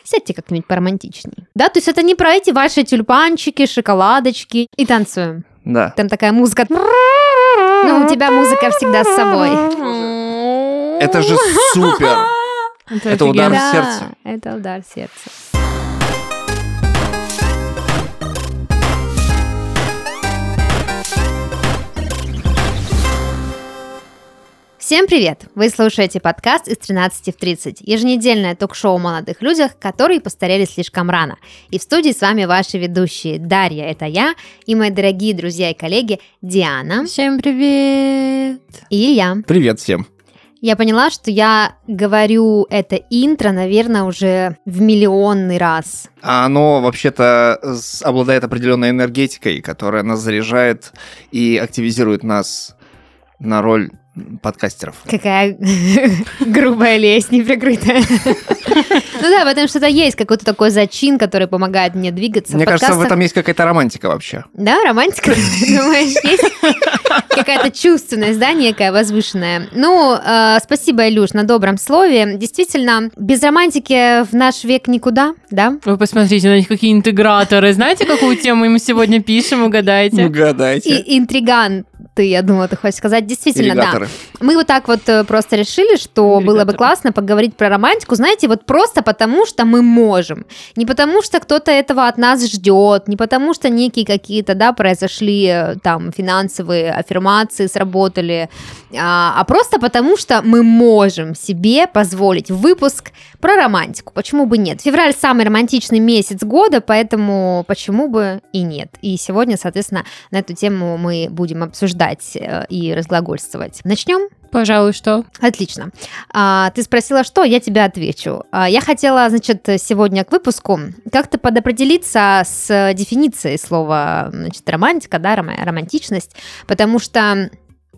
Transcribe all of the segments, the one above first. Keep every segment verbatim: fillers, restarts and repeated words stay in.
Сядьте как-нибудь поромантичней. Да, то есть это не про эти ваши тюльпанчики, шоколадочки. И танцуем. Да. Там такая музыка. Ну, у тебя музыка всегда с собой. Это же супер! Это, это удар в сердце. Да, это удар в сердце. Всем привет! Вы слушаете подкаст «Из тринадцати в тридцать», еженедельное ток-шоу о молодых людях, которые постарели слишком рано. И в студии с вами ваши ведущие Дарья, это я, и мои дорогие друзья и коллеги Диана. Всем привет! И Илья. Привет всем! Я поняла, что я говорю это интро, наверное, уже в миллионный раз. А оно вообще-то обладает определенной энергетикой, которая нас заряжает и активизирует нас на роль подкастеров. Какая грубая лесть, неприкрытая. Ну да, в этом что-то есть, какой-то такой зачин, который помогает мне двигаться. Мне кажется, в этом есть какая-то романтика вообще. Да, романтика, думаешь, есть какая-то чувственность, да, некая возвышенная. Ну, спасибо, Илюш, на добром слове. Действительно, без романтики в наш век никуда, да? Вы посмотрите на них, какие интеграторы. Знаете, какую тему мы сегодня пишем, угадайте? Угадайте. И интриган. Ты, я думала, ты хочешь сказать. Действительно, Ирригаторы. да. Мы вот так вот просто решили, что Ирригаторы. было бы классно поговорить про романтику, знаете, вот просто потому, что мы можем. Не потому, что кто-то этого от нас ждет, не потому, что некие какие-то, да, произошли там финансовые аффирмации, сработали, а, а просто потому, что мы можем себе позволить выпуск про романтику. Почему бы нет? Февраль самый романтичный месяц года, поэтому почему бы и нет. И сегодня, соответственно, на эту тему мы будем обсуждать и разглагольствовать. Начнем? Пожалуй, что? Отлично. А, ты спросила, что? Я тебе отвечу. А, я хотела, значит, сегодня к выпуску как-то подопределиться с дефиницией слова, значит, романтика, да, ром- романтичность, потому что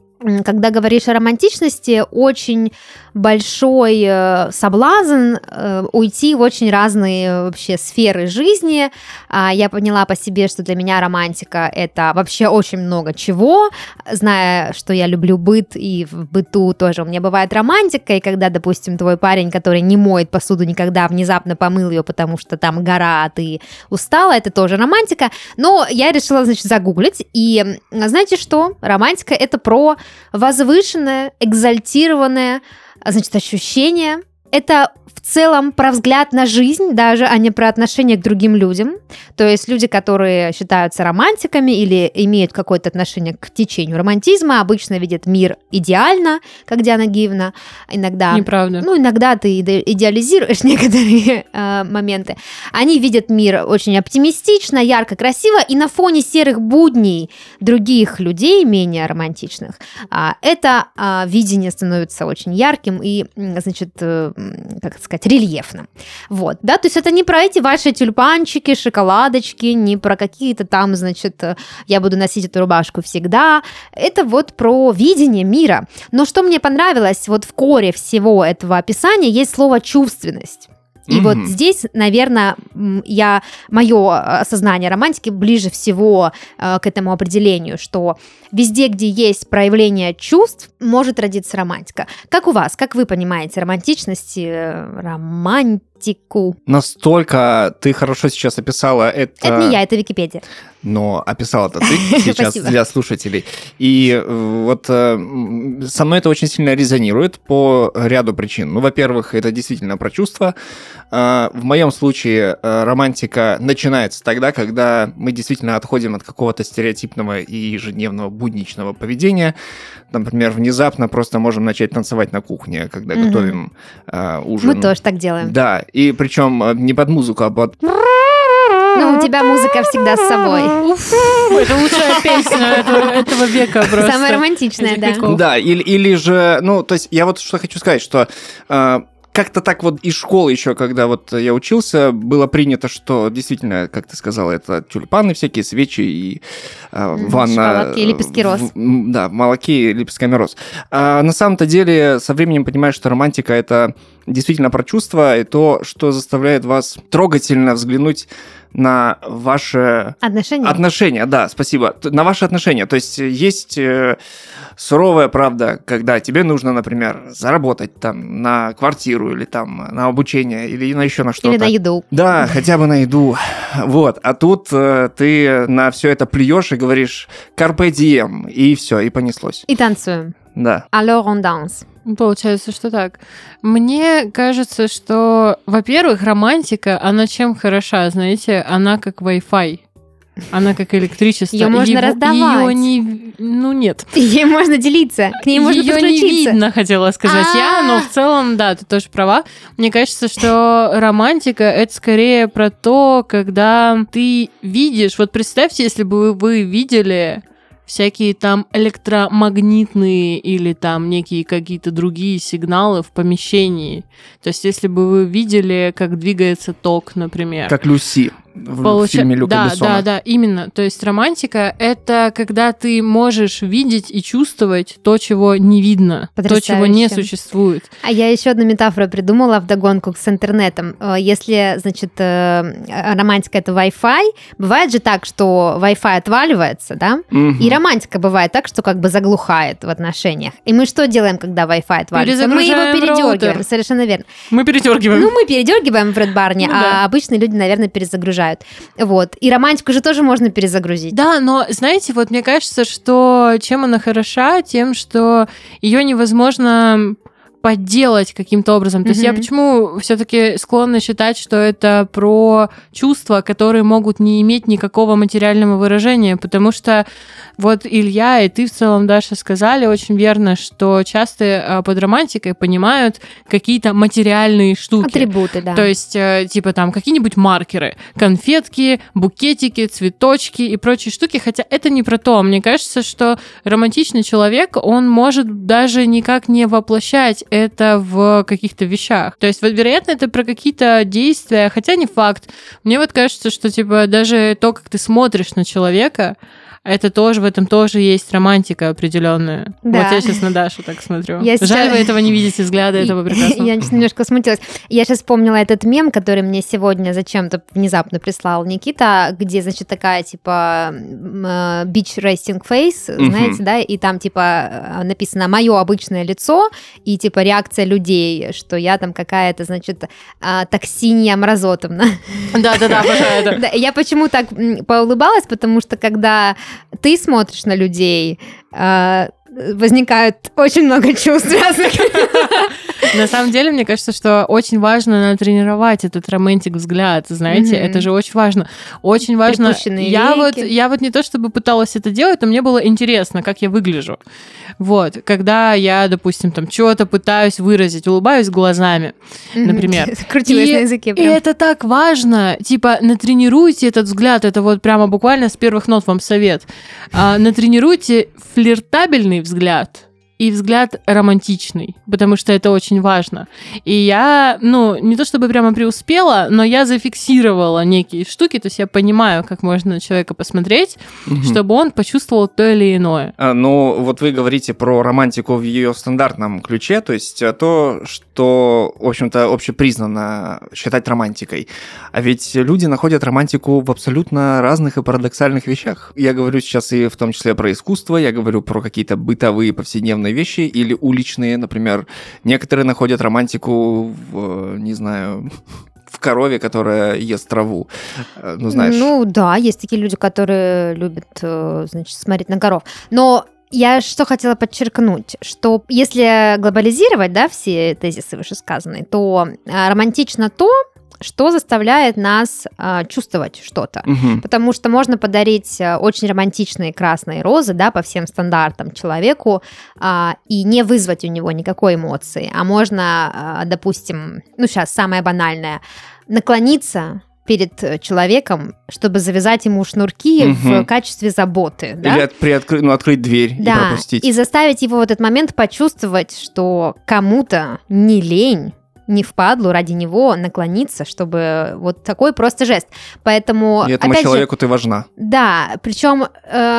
когда говоришь о романтичности, очень большой э, соблазн э, уйти в очень разные вообще сферы жизни. А, я поняла по себе, что для меня романтика — это вообще очень много чего. Зная, что я люблю быт, и в быту тоже у меня бывает романтика, и когда, допустим, твой парень, который не моет посуду никогда, внезапно помыл ее, потому что там гора, а ты устала, это тоже романтика. Но я решила, значит, загуглить, и знаете что? Романтика — это про возвышенное, экзальтированное, значит, ощущение. Это в целом про взгляд на жизнь даже, а не про отношение к другим людям. То есть люди, которые считаются романтиками или имеют какое-то отношение к течению романтизма, обычно видят мир идеально, как Диана Гиевна. Иногда, Неправда. Ну, иногда ты идеализируешь некоторые э, моменты. Они видят мир очень оптимистично, ярко, красиво, и на фоне серых будней других людей, менее романтичных, э, это э, видение становится очень ярким и, значит, э, как сказать, рельефно. Вот, да, то есть это не про эти ваши тюльпанчики, шоколадочки, не про какие-то там, значит, я буду носить эту рубашку всегда. Это вот про видение мира. Но что мне понравилось, вот в коре всего этого описания есть слово «чувственность». И mm-hmm. вот здесь, наверное, я, мое осознание романтики ближе всего э, к этому определению, что везде, где есть проявление чувств, может родиться романтика. Как у вас? Как вы понимаете романтичность, романтику? Настолько ты хорошо сейчас описала это... Это не я, это Википедия. Но описала-то ты сейчас для слушателей. И вот со мной это очень сильно резонирует по ряду причин. Ну, во-первых, это действительно про чувства. В моем случае романтика начинается тогда, когда мы действительно отходим от какого-то стереотипного и ежедневного будничного поведения. Например, внезапно просто можем начать танцевать на кухне, когда угу. готовим ужин. Мы тоже так делаем. Да, и причем не под музыку, а под... Ну, у тебя музыка всегда с собой. Уф, это лучшая песня этого, этого века просто. Самая романтичная, да. Веков. Да, или, или же, ну, то есть я вот что хочу сказать, что... Э, как-то так вот из школы еще, когда вот я учился, было принято, что действительно, как ты сказала, это тюльпаны всякие, свечи и э, ванна... Шоколадки и лепестки роз. В, да, молоки и лепестками роз. А на самом-то деле со временем понимаешь, что романтика — это действительно про чувства и то, что заставляет вас трогательно взглянуть на ваши... Отношения? Отношения, да, спасибо. На ваши отношения. То есть есть э, суровая правда, когда тебе нужно, например, заработать там на квартиру или там на обучение или на еще на что-то. Или на еду. Да, хотя бы на еду. Вот. А тут э, ты на все это плюешь и говоришь «carpe diem», и все, и понеслось. И танцуем. Да. Alors on danse. Получается, что так. Мне кажется, что, во-первых, романтика, она чем хороша, знаете, она как Wi-Fi. Она как электричество. Ее можно Его, раздавать. Ее не... Ну, нет. Ей можно делиться, к ней можно Ее подключиться. не видно, хотела сказать я, но в целом, да, ты тоже права. Мне кажется, что романтика — это скорее про то, когда ты видишь... Вот представьте, если бы вы видели... всякие там электромагнитные или там некие какие-то другие сигналы в помещении. То есть, если бы вы видели, как двигается ток, например. Как Люси в Получа... фильме Люка да, Бессона. Да, да, именно. То есть романтика — это когда ты можешь видеть и чувствовать то, чего не видно, то, чего не существует. А я еще одну метафору придумала вдогонку с интернетом. Если, значит, романтика — это Wi-Fi, бывает же так, что Wi-Fi отваливается, да? Угу. И романтика бывает так, что как бы заглухает в отношениях. И мы что делаем, когда Wi-Fi отваливается? Мы его передергиваем, совершенно верно. Мы передергиваем. Ну, мы передергиваем в Red Barn, ну, а да. Обычные люди, наверное, перезагружают. Вот. И романтику же тоже можно перезагрузить. Да, но, знаете, вот мне кажется, что чем она хороша, тем, что ее невозможно подделать каким-то образом. То mm-hmm. есть я почему все-таки склонна считать, что это про чувства, которые могут не иметь никакого материального выражения, потому что вот Илья и ты в целом, Даша, сказали очень верно, что часто под романтикой понимают какие-то материальные штуки. Атрибуты, да. То есть типа там какие-нибудь маркеры, конфетки, букетики, цветочки и прочие штуки, хотя это не про то. Мне кажется, что романтичный человек, он может даже никак не воплощать это в каких-то вещах. То есть, вот, вероятно, это про какие-то действия, хотя не факт. Мне вот кажется, что, типа, даже то, как ты смотришь на человека, это тоже, в этом тоже есть романтика определенная. Да. Вот я сейчас на Дашу так смотрю. Я Жаль, сейчас... вы этого не видите, взгляда этого прекрасного. Я немножко смутилась. Я сейчас вспомнила этот мем, который мне сегодня зачем-то внезапно прислал Никита, где, значит, такая, типа, beach racing face, знаете, да, и там, типа, написано «моё обычное лицо», и, типа, реакция людей, что я там какая-то, значит, Токсинья Мразотовна. Да-да-да, обожаю это. Я почему так поулыбалась, потому что когда ты смотришь на людей, возникает очень много чувств разных. На самом деле, мне кажется, что очень важно натренировать этот романтик взгляд, знаете, mm-hmm. это же очень важно. Очень важно. Я вот, я вот не то чтобы пыталась это делать, но мне было интересно, как я выгляжу. Вот, когда я, допустим, там что-то пытаюсь выразить, улыбаюсь глазами, mm-hmm. например. Крутилась на языке прям. И это так важно. Типа, натренируйте этот взгляд, это вот прямо буквально с первых нот вам совет. А, натренируйте флиртабельный взгляд и взгляд романтичный, потому что это очень важно. И я, ну, не то чтобы прямо преуспела, но я зафиксировала некие штуки, то есть я понимаю, как можно на человека посмотреть, угу. чтобы он почувствовал то или иное. А, ну, вот вы говорите про романтику в ее стандартном ключе, то есть то, что, в общем-то, общепризнанно считать романтикой. А ведь люди находят романтику в абсолютно разных и парадоксальных вещах. Я говорю сейчас и в том числе про искусство, я говорю про какие-то бытовые, повседневные вещи или уличные, например. Некоторые находят романтику в, не знаю, в корове, которая ест траву. Ну, знаешь. Ну, да, есть такие люди, которые любят, значит, смотреть на коров. Но я что хотела подчеркнуть, что если глобализировать, да, все тезисы вышесказанные, то романтично то, что заставляет нас э, чувствовать что-то. Угу. Потому что можно подарить очень романтичные красные розы, да, по всем стандартам человеку э, и не вызвать у него никакой эмоции. А можно, э, допустим, ну сейчас самое банальное, наклониться перед человеком, чтобы завязать ему шнурки угу. в качестве заботы. Да? Или от, приоткры, ну, открыть дверь да, и пропустить. И заставить его в этот момент почувствовать, что кому-то не лень, не впадлу ради него наклониться, чтобы вот такой просто жест. Поэтому, и этому опять человеку же, ты важна. Да, причем... Э,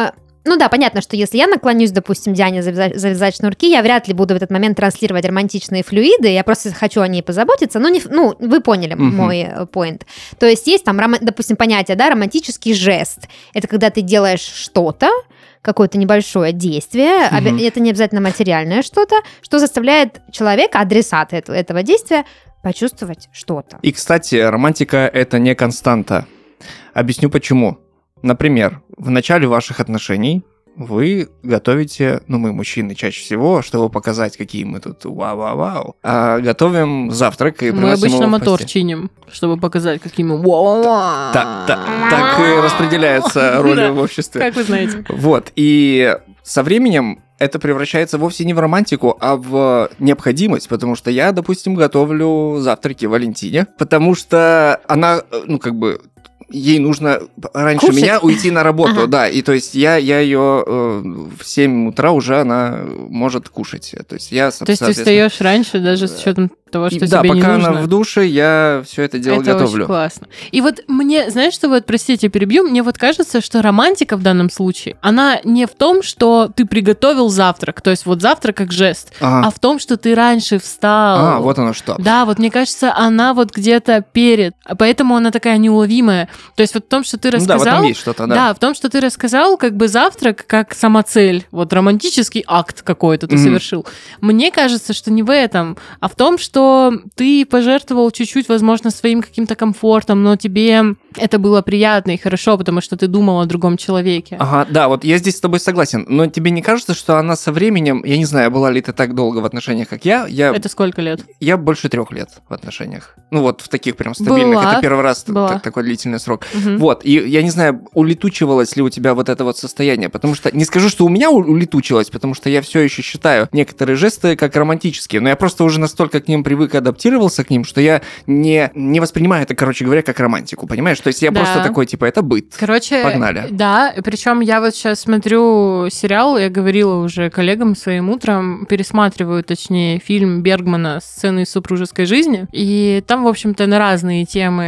Ну да, понятно, что если я наклонюсь, допустим, Диане завязать, завязать шнурки, я вряд ли буду в этот момент транслировать романтичные флюиды, я просто хочу о ней позаботиться, ну, не, ну вы поняли uh-huh. мой поинт. То есть есть там, допустим, понятие, да, романтический жест. Это когда ты делаешь что-то, какое-то небольшое действие, uh-huh. это не обязательно материальное что-то, что заставляет человека, адресата этого действия, почувствовать что-то. И, кстати, романтика — это не константа. Объясню почему. Например, в начале ваших отношений вы готовите, ну, мы, мужчины, чаще всего, чтобы показать, какие мы тут вау-вау-вау, а готовим завтрак и мы обычно его мотор чиним, чтобы показать, какие мы вау-вау-вау. Так, так, так и распределяются роли в обществе. Как вы знаете. Вот, и со временем это превращается вовсе не в романтику, а в необходимость, потому что я, допустим, готовлю завтраки Валентине, потому что она, ну, как бы... ей нужно раньше Кушать. меня уйти на работу, ага. да, и то есть я, я ее э, в семь утра уже она может кушать, то есть я, То есть ты встаешь раньше даже с учетом того, что и, да, тебе не нужно. Да, пока она в душе, я все это дело это готовлю. Это очень классно. И вот мне, знаешь, что вот, простите, перебью, мне вот кажется, что романтика в данном случае, она не в том, что ты приготовил завтрак, то есть вот завтрак как жест, ага. а в том, что ты раньше встал. А, вот оно что. Да, вот мне кажется, она вот где-то перед, поэтому она такая неуловимая. То есть вот в том, что ты рассказал... Ну да, в этом есть что-то, да. Да, в том, что ты рассказал, как бы завтрак как самоцель, вот романтический акт какой-то ты mm-hmm. совершил. Мне кажется, что не в этом, а в том, что ты пожертвовал чуть-чуть, возможно, своим каким-то комфортом, но тебе это было приятно и хорошо, потому что ты думал о другом человеке. Ага, да, вот я здесь с тобой согласен, но тебе не кажется, что она со временем, я не знаю, была ли ты так долго в отношениях, как я, я... Это сколько лет? Я больше трех лет в отношениях. Ну вот в таких прям стабильных, была, это первый раз была. такой длительный срок. Угу. Вот, и я не знаю, улетучивалось ли у тебя вот это вот состояние, потому что, не скажу, что у меня улетучилось, потому что я все еще считаю некоторые жесты как романтические, но я просто уже настолько к ним привык и адаптировался к ним, что я не, не воспринимаю это, короче говоря, как романтику, понимаешь? То есть я да. просто такой, типа, это быт. Короче, погнали. Да, причем я вот сейчас смотрю сериал, я говорила уже коллегам своим утром, пересматриваю, точнее, фильм Бергмана «Сцены из супружеской жизни», и там, в общем-то, на разные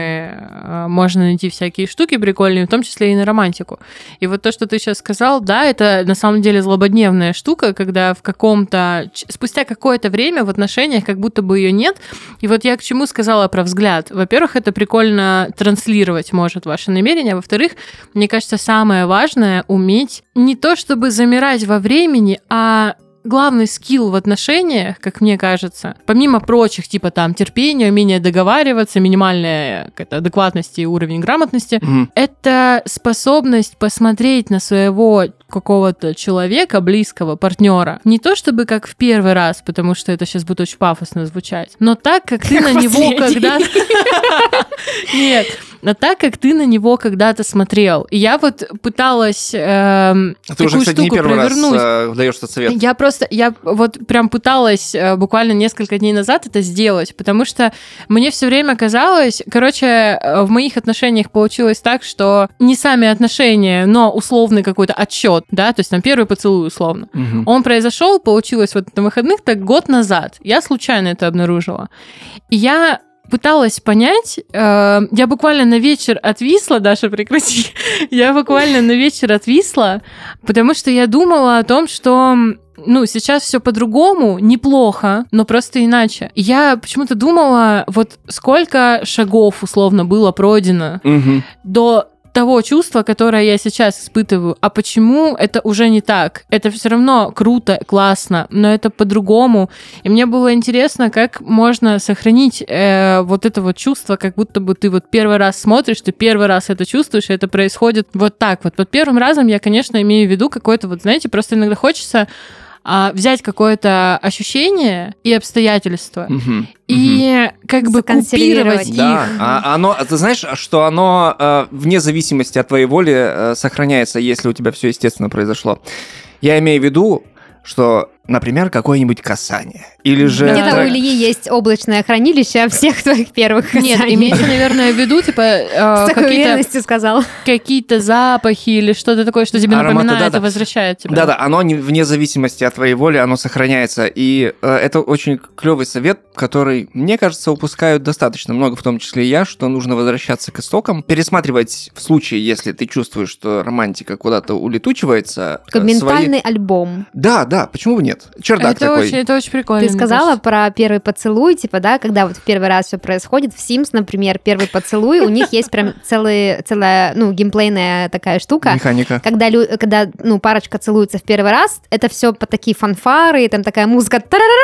темы можно найти всякие штуки прикольные, в том числе и на романтику. И вот то, что ты сейчас сказал, да, это на самом деле злободневная штука, когда в каком-то... Спустя какое-то время в отношениях как будто бы ее нет. И вот я к чему сказала про взгляд. Во-первых, это прикольно транслировать может ваши намерения. Во-вторых, мне кажется, самое важное — уметь не то чтобы замирать во времени, а... главный скилл в отношениях, как мне кажется, помимо прочих, типа там терпения, умения договариваться, минимальная какая-то адекватность и уровень грамотности, mm-hmm. это способность посмотреть на своего какого-то человека, близкого, партнера, не то чтобы как в первый раз, потому что это сейчас будет очень пафосно звучать, но так, как ты на него когда-то... Нет, но так, как ты на него когда-то смотрел. И я вот пыталась э, ты такую уже, кстати, штуку не первый провернуть. Раз э, даешь этот совет. Я просто, я вот прям пыталась э, буквально несколько дней назад это сделать, потому что мне все время казалось, короче, в моих отношениях получилось так, что не сами отношения, но условный какой-то отсчет, да, то есть там первый поцелуй условно. Угу. Он произошел, получилось вот на выходных так год назад. Я случайно это обнаружила. И я пыталась понять, э, я буквально на вечер отвисла, Даша, прекрати, я буквально на вечер отвисла, потому что я думала о том, что, ну, сейчас все по-другому, неплохо, но просто иначе. Я почему-то думала, вот сколько шагов условно было пройдено угу. до того чувства, которое я сейчас испытываю. А почему это уже не так? Это все равно круто, классно, но это по-другому. И мне было интересно, как можно сохранить э, вот это вот чувство, как будто бы ты вот первый раз смотришь, ты первый раз это чувствуешь, и это происходит вот так вот. Вот первым разом я, конечно, имею в виду какое-то вот, знаете, просто иногда хочется а, взять какое-то ощущение и обстоятельства, угу, и угу. как бы купировать их. Да, а, оно, ты знаешь, что оно э, вне зависимости от твоей воли э, сохраняется, если у тебя все естественно произошло. Я имею в виду, что например, какое-нибудь касание. Или же... Где-то да. у Ильи есть облачное хранилище всех твоих первых касаний. Нет, имеется, наверное, в виду, типа, э, с такой уверенностью сказал. Какие-то запахи или что-то такое, что тебе Ароматы, напоминает да, и да. возвращает тебя. Да-да, оно не, вне зависимости от твоей воли, оно сохраняется. И э, это очень клевый совет, который, мне кажется, упускают достаточно много, в том числе и я, что нужно возвращаться к истокам, пересматривать в случае, если ты чувствуешь, что романтика куда-то улетучивается. Как свои... ментальный альбом. Да, да, почему бы нет? Чердак это такой. Очень, это очень прикольно. Ты сказала про первый поцелуй, типа, да, когда вот в первый раз все происходит. В Sims, например, первый поцелуй, у них есть прям целый, целая, ну, геймплейная такая штука. Механика. Когда, когда, ну, парочка целуется в первый раз, это все по такие фанфары, там такая музыка.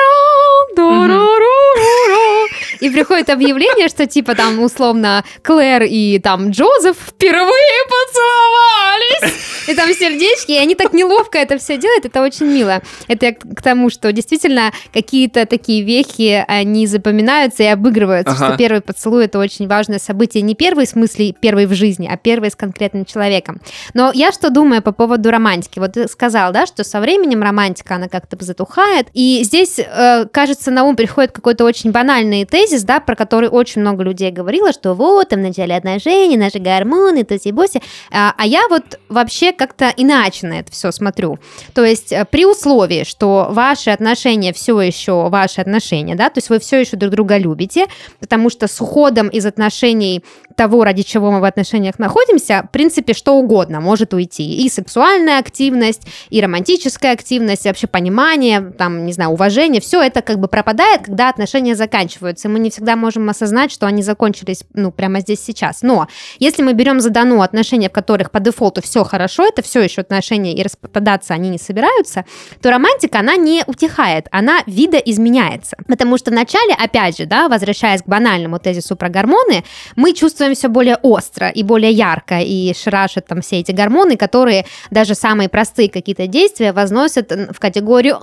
И приходит объявление, что типа там условно Клэр и там Джозеф впервые поцеловались. И там сердечки, и они так неловко это все делают, это очень мило. Это к тому, что действительно какие-то такие вехи, они запоминаются и обыгрываются, ага. что первый поцелуй — это очень важное событие. Не первый в смысле первый в жизни, а первый с конкретным человеком. Но я что думаю по поводу романтики? Вот ты сказал, да, что со временем романтика, она как-то затухает, и здесь, э, кажется, на ум приходит какой-то очень банальный тезис, да, про который очень много людей говорило, что вот, там в начале отношений, наши гормоны, туси-буси, а, а я вот вообще как-то иначе на это все смотрю. То есть при условии, что ваши отношения все еще ваши отношения, да, то есть вы все еще друг друга любите, потому что с уходом из отношений того, ради чего мы в отношениях находимся, в принципе, что угодно может уйти. И сексуальная активность, и романтическая активность, и вообще понимание, там, не знаю, уважение, все это как бы пропадает, когда отношения заканчиваются. И мы не всегда можем осознать, что они закончились, ну, прямо здесь сейчас. Но если мы берем задану отношения, в которых по дефолту все хорошо, это все еще отношения, и распадаться они не собираются, то романтика, она не утихает, она видоизменяется. Потому что вначале, опять же, да, возвращаясь к банальному тезису про гормоны, мы чувствуем все более остро и более ярко, и шарашат там все эти гормоны, которые даже самые простые какие-то действия возносят в категорию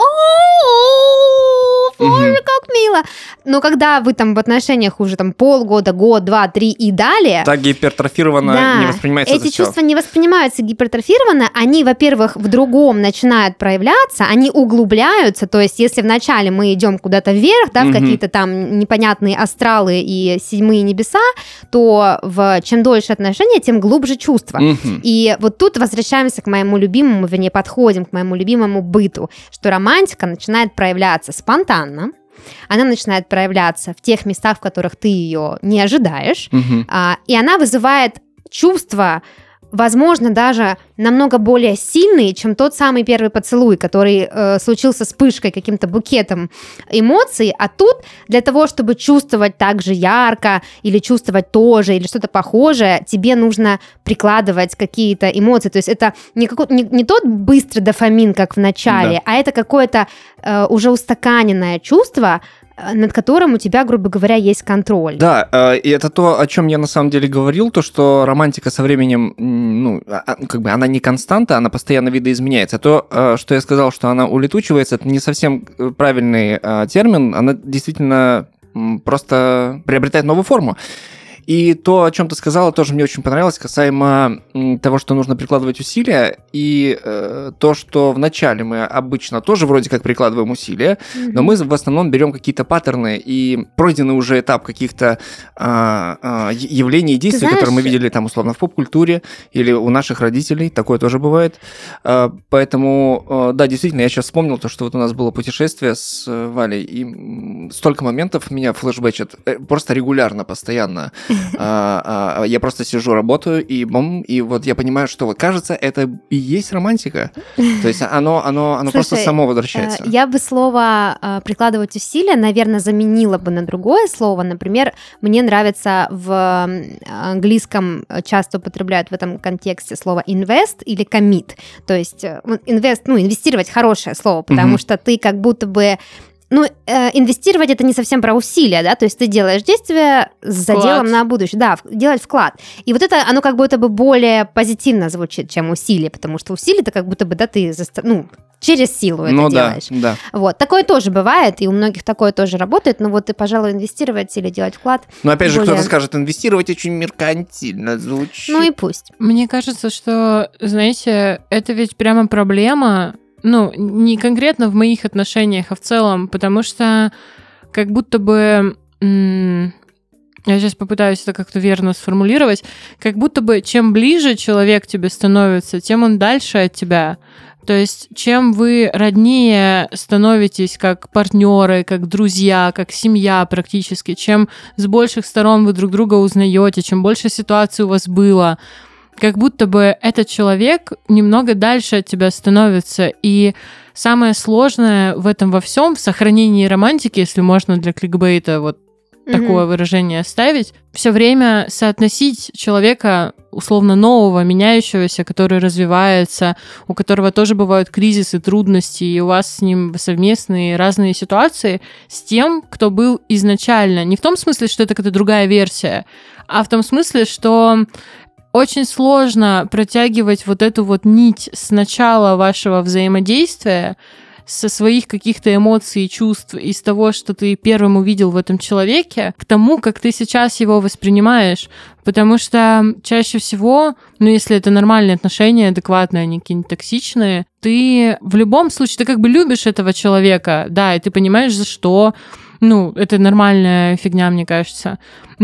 «Боже, как мило!» Но когда вы там в отношениях уже там полгода, год, два, три и далее... Так гипертрофированно да, не воспринимается эти чувства не воспринимаются гипертрофированно, они, во-первых, в другом начинают проявляться, они углубляются, то есть если вначале мы идем куда-то вверх, да, в угу. какие-то там непонятные астралы и седьмые небеса, то в чем дольше отношения, тем глубже чувства. Угу. И вот тут возвращаемся к моему любимому, вернее, подходим к моему любимому быту, что романтика начинает проявляться спонтанно, она начинает проявляться в тех местах, в которых ты ее не ожидаешь, угу. а, и она вызывает чувства, возможно, даже намного более сильные, чем тот самый первый поцелуй, который э, случился вспышкой, каким-то букетом эмоций, а тут для того, чтобы чувствовать так же ярко или чувствовать то же, или что-то похожее, тебе нужно прикладывать какие-то эмоции, то есть это не, какой, не, не тот быстрый дофамин, как в начале, да. а это какое-то э, уже устаканенное чувство, над которым у тебя, грубо говоря, есть контроль. Да, э, и это то, о чем я на самом деле говорил, то, что романтика со временем, ну, как бы она не константа, она постоянно видоизменяется. То, э, что я сказал, что она улетучивается, это не совсем правильный э, термин, она действительно просто приобретает новую форму. И то, о чем ты сказала, тоже мне очень понравилось, касаемо того, что нужно прикладывать усилия, и э, то, что вначале мы обычно тоже вроде как прикладываем усилия, mm-hmm. но мы в основном берем какие-то паттерны и пройденный уже этап каких-то э, э, явлений и действий, знаешь... которые мы видели там условно в поп-культуре или у наших родителей, такое тоже бывает. Э, поэтому, э, да, действительно, я сейчас вспомнил то, что вот у нас было путешествие с э, Валей, и столько моментов меня флешбэчат э, просто регулярно, постоянно. А, а, я просто сижу, работаю, и бом, и вот я понимаю, что вот кажется, это и есть романтика. То есть оно, оно, оно Слушай, просто само возвращается. Я бы слово «прикладывать усилия», наверное, заменила бы на другое слово. Например, мне нравится в английском часто употребляют в этом контексте слово «invest» или «commit». То есть invest, ну, инвестировать хорошее слово, потому mm-hmm. что ты как будто бы Ну, э, инвестировать это не совсем про усилия, да, то есть ты делаешь действия с заделом на будущее, да, делать вклад. И вот это, оно как будто бы более позитивно звучит, чем усилие, потому что усилие это как будто бы, да, ты, заста... ну, через силу это ну, делаешь. Да, да. Вот, такое тоже бывает, и у многих такое тоже работает, но вот, и, пожалуй, инвестировать или делать вклад. Но опять же, более... кто-то скажет, инвестировать очень меркантильно звучит. Ну и пусть. Мне кажется, что, знаете, это ведь прямо проблема ну, не конкретно в моих отношениях, а в целом, потому что как будто бы... М- я сейчас попытаюсь это как-то верно сформулировать. Как будто бы чем ближе человек тебе становится, тем он дальше от тебя. То есть чем вы роднее становитесь как партнеры, как друзья, как семья практически, чем с больших сторон вы друг друга узнаете, чем больше ситуаций у вас было, как будто бы этот человек немного дальше от тебя становится. И самое сложное в этом во всем, в сохранении романтики, если можно для кликбейта вот такое mm-hmm. выражение оставить, все время соотносить человека условно нового, меняющегося, который развивается, у которого тоже бывают кризисы, трудности, и у вас с ним совместные разные ситуации, с тем, кто был изначально. Не в том смысле, что это какая-то другая версия, а в том смысле, что очень сложно протягивать вот эту вот нить с начала вашего взаимодействия, со своих каких-то эмоций и чувств, из того, что ты первым увидел в этом человеке, к тому, как ты сейчас его воспринимаешь. Потому что чаще всего, ну, если это нормальные отношения, адекватные, а не какие-нибудь токсичные, ты в любом случае, ты как бы любишь этого человека, да, и ты понимаешь, за что. Ну, это нормальная фигня, мне кажется.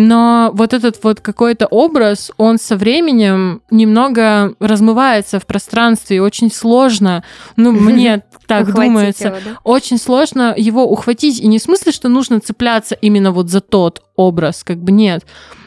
Но вот этот вот какой-то образ, он со временем немного размывается в пространстве, и очень сложно, ну, мне так думается, очень сложно его ухватить. И не в смысле, что нужно цепляться именно вот за тот образ, как бы нет.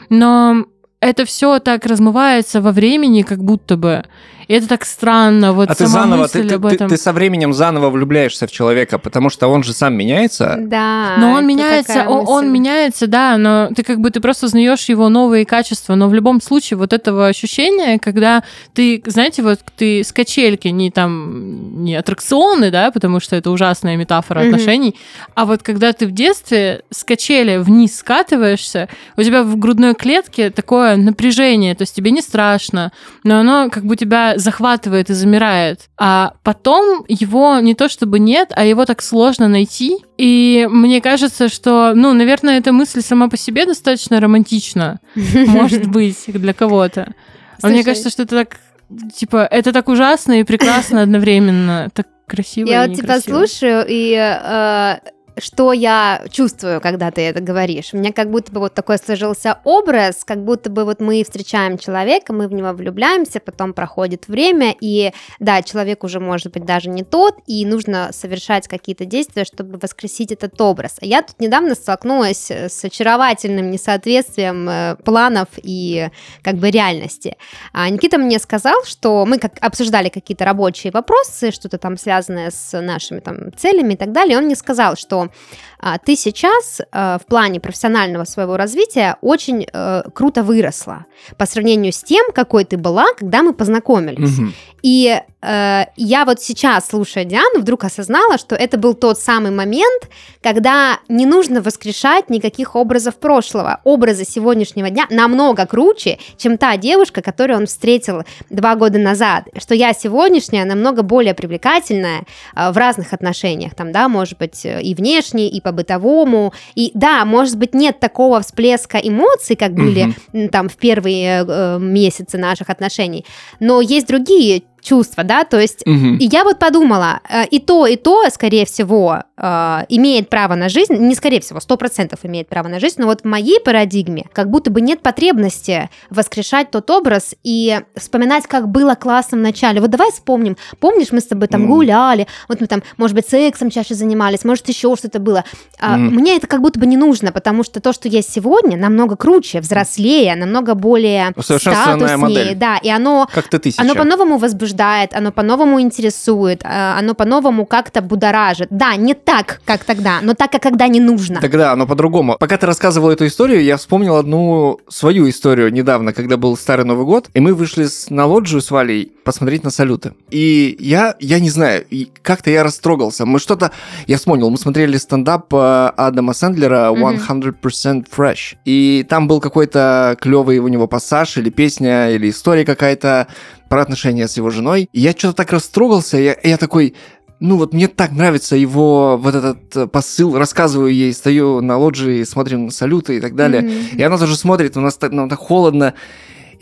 Но это все так размывается во времени, как будто бы. И это так странно, вот а сама ты заново, мысль ты, об этом. Ты, ты со временем заново влюбляешься в человека, потому что он же сам меняется. Да. Но он меняется, он, он меняется, да, но ты как бы ты просто узнаешь его новые качества. Но в любом случае вот этого ощущения, когда ты, знаете, вот ты с качельки, не там, не аттракционы, да, потому что это ужасная метафора mm-hmm. отношений, а вот когда ты в детстве с качели вниз скатываешься, у тебя в грудной клетке такое напряжение, то есть тебе не страшно, но оно как бы тебя захватывает и замирает. А потом его не то чтобы нет, а его так сложно найти. И мне кажется, что, ну, наверное, эта мысль сама по себе достаточно романтична. Может быть, для кого-то. А мне кажется, что это так, типа, это так ужасно и прекрасно одновременно. Так красиво и некрасиво. Я вот тебя слушаю, и... что я чувствую, когда ты это говоришь. У меня как будто бы вот такой сложился образ, как будто бы вот мы встречаем человека, мы в него влюбляемся, потом проходит время, и да, человек уже может быть даже не тот, и нужно совершать какие-то действия, чтобы воскресить этот образ. А я тут недавно столкнулась с очаровательным несоответствием планов и как бы реальности. А Никита мне сказал, что мы как обсуждали какие-то рабочие вопросы, что-то там связанное с нашими там целями и так далее, и он мне сказал, что а, ты сейчас а, в плане профессионального своего развития очень а, круто выросла по сравнению с тем, какой ты была, когда мы познакомились. Угу. И э, я вот сейчас, слушая Диану, вдруг осознала, что это был тот самый момент, когда не нужно воскрешать никаких образов прошлого. Образы сегодняшнего дня намного круче, чем та девушка, которую он встретил два года назад. Что я сегодняшняя намного более привлекательная э, в разных отношениях. Там, да, может быть, и внешне, и по бытовому. И да, может быть, нет такого всплеска эмоций, как были mm-hmm. там в первые э, месяцы наших отношений, но есть другие чувства, да, то есть, угу. и я вот подумала, и то, и то, скорее всего, имеет право на жизнь, не скорее всего, сто процентов имеет право на жизнь, но вот в моей парадигме как будто бы нет потребности воскрешать тот образ и вспоминать, как было классно в начале. Вот давай вспомним, помнишь, мы с тобой там mm. гуляли, вот мы там, может быть, сексом чаще занимались, может, еще что-то было. Mm. Мне это как будто бы не нужно, потому что то, что есть сегодня, намного круче, взрослее, намного более статуснее, модель. Да, и оно, оно по-новому возбуждает, оно по-новому интересует, оно по-новому как-то будоражит. Да, не так, как тогда, но так, как когда не нужно. Тогда оно по-другому. Пока ты рассказывала эту историю, я вспомнил одну свою историю недавно, когда был Старый Новый год, и мы вышли на лоджию с Валей посмотреть на салюты. И я, я не знаю, как-то я растрогался. Мы что-то... Я вспомнил, мы смотрели стендап Адама Сэндлера сто процентов Fresh. И там был какой-то клевый у него пассаж, или песня, или история какая-то про отношения с его женой. И я что-то так растрогался, я, я такой... Ну вот мне так нравится его вот этот посыл, рассказываю ей, стою на лоджии, смотрим на салюты и так далее. Mm-hmm. И она тоже смотрит, у нас так, нам так холодно.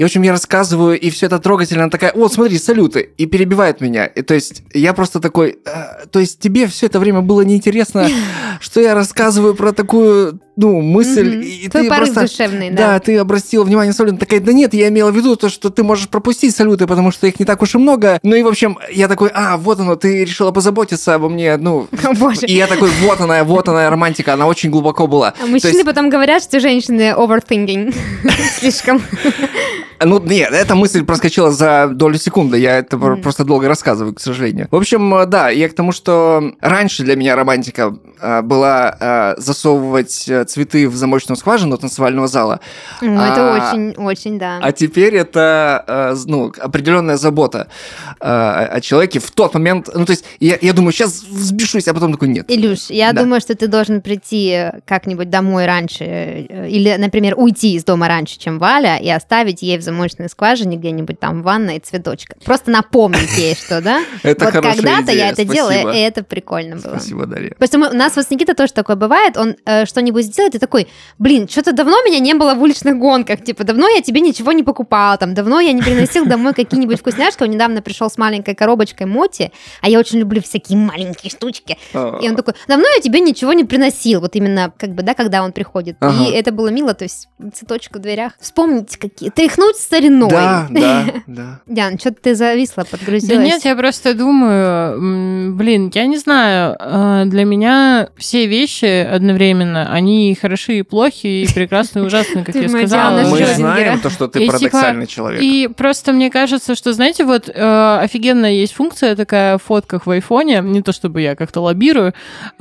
И, в общем, я рассказываю, и все это трогательно. Она такая, вот, смотри, салюты. И перебивает меня. И, то есть я просто такой, э, то есть тебе все это время было неинтересно, что я рассказываю про такую, ну, мысль. И Твой ты порыв просто, душевный, да. Да, ты обратила внимание на салюты. Такая, да нет, я имела в виду то, что ты можешь пропустить салюты, потому что их не так уж и много. Ну и, в общем, я такой, а, вот оно, ты решила позаботиться обо мне, ну. О, боже. И я такой, вот она, вот она романтика, она очень глубоко была. А мужчины есть... потом говорят, что женщины overthinking слишком. Ну, нет, эта мысль проскочила за долю секунды, я это mm. просто долго рассказываю, к сожалению. В общем, да, я к тому, что раньше для меня романтика была засовывать цветы в замочную скважину танцевального зала. Ну, а, это очень, очень, да. А теперь это, ну, определенная забота о человеке в тот момент. Ну, то есть я, я думаю, сейчас взбешусь, а потом такой, нет. Илюш, я да. думаю, что ты должен прийти как-нибудь домой раньше, или, например, уйти из дома раньше, чем Валя, и оставить ей в замочной скважине где-нибудь там в ванной цветочка. Просто напомнить ей, что, да? Это вот хорошая когда-то идея. я это Спасибо. делала, и это прикольно было. Спасибо, Дарья. Потому что у нас вот с Никитой тоже такое бывает, он э, что-нибудь сделает и такой, блин, что-то давно меня не было в уличных гонках, типа, давно я тебе ничего не покупала, там, давно я не приносил домой какие-нибудь вкусняшки, он недавно пришел с маленькой коробочкой Моти, а я очень люблю всякие маленькие штучки, и он такой, давно я тебе ничего не приносил, вот именно, как бы, да, когда он приходит, ага. и это было мило, то есть цветочек в дверях, вспомнить какие, тряхнуть стариной. Да, да, да. Диан, что-то ты зависла, подгрузилась. Да нет, я просто думаю, блин, я не знаю, для меня все вещи одновременно, они хороши и плохи, и прекрасны и ужасны, как я сказала. Мы знаем то, что ты парадоксальный человек. И просто мне кажется, что, знаете, вот офигенная есть функция такая в фотках в айфоне, не то чтобы я как-то лоббирую,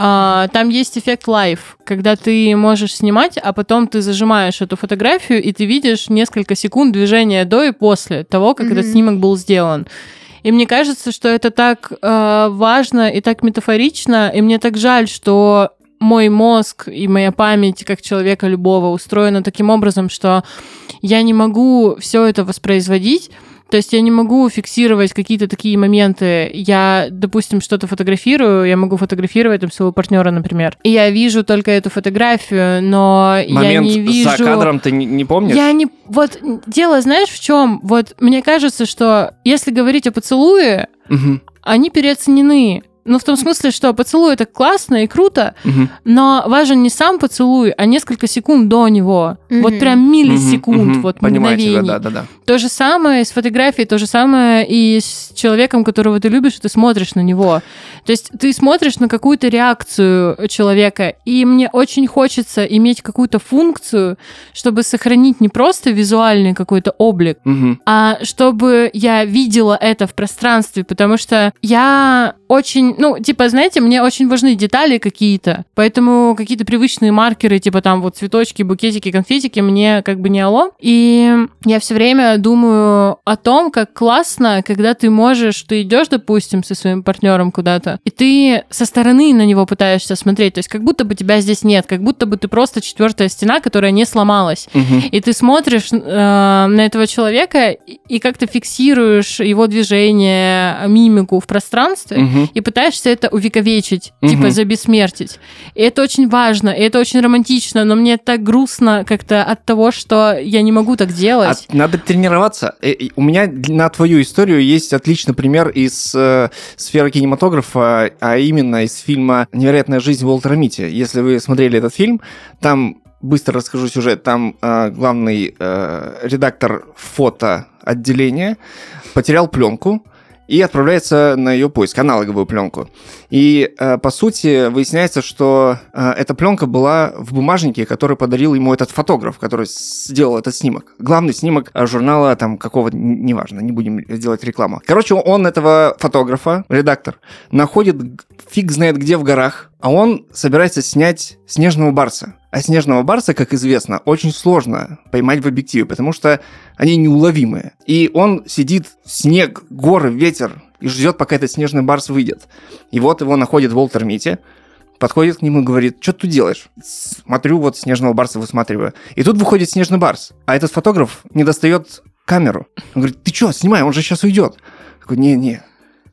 там есть эффект лайв, когда ты можешь снимать, а потом ты зажимаешь эту фотографию, и ты видишь несколько секунд движения до и после того, как mm-hmm. этот снимок был сделан. И мне кажется, что это так э, важно и так метафорично, и мне так жаль, что мой мозг и моя память как человека любого устроена таким образом, что я не могу все это воспроизводить. То есть я не могу фиксировать какие-то такие моменты. Я, допустим, что-то фотографирую, я могу фотографировать там своего партнера, например. И я вижу только эту фотографию, но момент я не вижу... за кадром ты не, не помнишь? Я не... Вот дело, знаешь, в чем? Вот мне кажется, что если говорить о поцелуе, угу. они переоценены. Ну, в том смысле, что поцелуй — это классно и круто, угу. но важен не сам поцелуй, а несколько секунд до него. Угу. Вот прям миллисекунд, угу. вот Понимаю мгновений. Тебя, да, да, да. То же самое с фотографией, то же самое и с человеком, которого ты любишь, и ты смотришь на него. То есть ты смотришь на какую-то реакцию человека, и мне очень хочется иметь какую-то функцию, чтобы сохранить не просто визуальный какой-то облик, угу. а чтобы я видела это в пространстве, потому что я очень... Ну, типа, знаете, мне очень важны детали какие-то, поэтому какие-то привычные маркеры, типа там вот цветочки, букетики, конфетики, мне как бы не алло. И я все время думаю о том, как классно, когда ты можешь, ты идешь, допустим, со своим партнером куда-то, и ты со стороны на него пытаешься смотреть, то есть как будто бы тебя здесь нет, как будто бы ты просто четвертая стена, которая не сломалась. Угу. И ты смотришь э, на этого человека и как-то фиксируешь его движение, мимику в пространстве, угу. и пытаешься это увековечить, угу. типа забессмертить. И это очень важно, и это очень романтично, но мне так грустно как-то от того, что я не могу так делать. А надо тренироваться. У меня на твою историю есть отличный пример из э, сферы кинематографа, а именно из фильма «Невероятная жизнь Уолтера Митти». Если вы смотрели этот фильм, там, быстро расскажу сюжет, там э, главный э, редактор фотоотделения потерял пленку и отправляется на ее поиск, аналоговую пленку. И, э, по сути, выясняется, что э, эта пленка была в бумажнике, который подарил ему этот фотограф, который сделал этот снимок. Главный снимок журнала там какого, неважно, не будем делать рекламу. Короче, он этого фотографа, редактор, находит фиг знает где в горах, а он собирается снять снежного барса. А снежного барса, как известно, очень сложно поймать в объективе, потому что они неуловимые. И он сидит, снег, горы, ветер, и ждет, пока этот снежный барс выйдет. И вот его находит Уолтер Митти, подходит к нему и говорит: что ты тут делаешь? Смотрю, вот снежного барса высматриваю. И тут выходит снежный барс, а этот фотограф не достает камеру. Он говорит: ты что, снимай, он же сейчас уйдет. Я такой: не-не,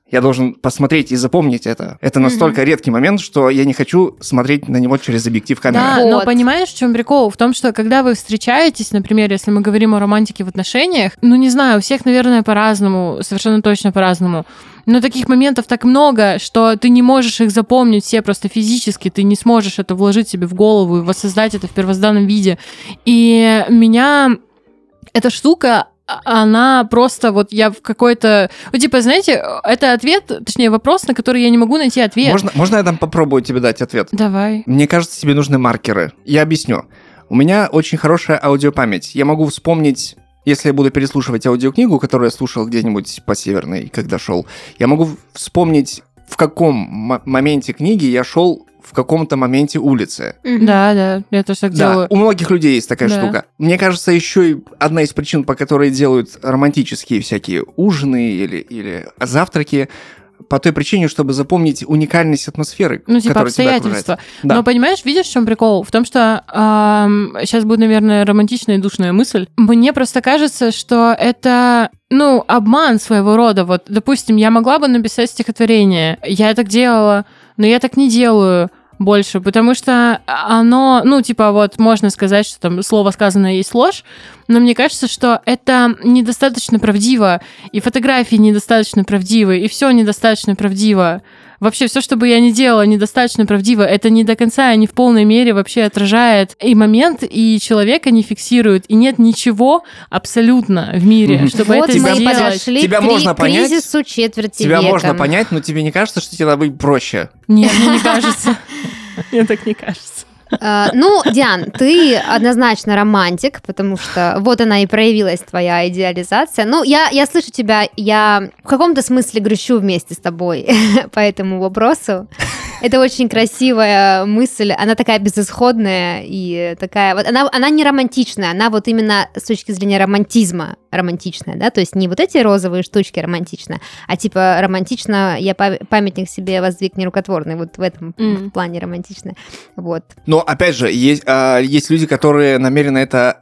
Я должен посмотреть и запомнить это. Это настолько mm-hmm. редкий момент, что я не хочу смотреть на него через объектив камеры. Да, вот. Но понимаешь, в чем прикол? В том, что когда вы встречаетесь, например, если мы говорим о романтике в отношениях, ну, не знаю, у всех, наверное, по-разному, совершенно точно по-разному. Но таких моментов так много, что ты не можешь их запомнить все просто физически, ты не сможешь это вложить себе в голову и воссоздать это в первозданном виде. И меня эта штука... она просто вот я в какой-то... Вот типа, знаете, это ответ, точнее, вопрос, на который я не могу найти ответ. Можно, можно я там попробую тебе дать ответ? Давай. Мне кажется, тебе нужны маркеры. Я объясню. У меня очень хорошая аудиопамять. Я могу вспомнить... Если я буду переслушивать аудиокнигу, которую я слушал где-нибудь по Северной, когда шел, я могу вспомнить, в каком м- моменте книги я шел в каком-то моменте улицы. Mm-hmm. Да, да, я тоже так да, делаю. У многих людей есть такая да. штука. Мне кажется, еще и одна из причин, по которой делают романтические всякие ужины или, или завтраки, по той причине, чтобы запомнить уникальность атмосферы, ну, типа которая тебя обстоятельства. окружает. Да. Но понимаешь, видишь, в чем прикол? В том, что эм, сейчас будет, наверное, романтичная и душная мысль. Мне просто кажется, что это, ну, обман своего рода. Вот, допустим, я могла бы написать стихотворение, я так делала, но я так не делаю больше, потому что оно, ну, типа, вот, можно сказать, что там слово сказанное есть ложь, но мне кажется, что это недостаточно правдиво, и фотографии недостаточно правдивы, и все недостаточно правдиво. Вообще, все, что бы я ни делала, недостаточно правдиво. Это не до конца, не в полной мере вообще отражает и момент, и человека не фиксирует. И нет ничего абсолютно в мире, mm-hmm. чтобы вот это мы сделать. подошли тебя к можно кри- понять, кризису четверти тебя века. можно понять, но тебе не кажется, что тебе надо быть проще? Нет, мне не кажется. Мне так не кажется. Uh, ну, Диан, ты однозначно романтик, потому что вот она и проявилась, твоя идеализация. Ну, я, я слышу тебя, я в каком-то смысле грущу вместе с тобой по этому вопросу. Это очень красивая мысль, она такая безысходная и такая... Вот она, она не романтичная, она вот именно с точки зрения романтизма романтичная, да, то есть не вот эти розовые штучки романтичная, а типа романтично я памятник себе воздвиг нерукотворный, вот в этом mm. плане романтичная, вот. Но, опять же, есть, а, есть люди, которые намеренно это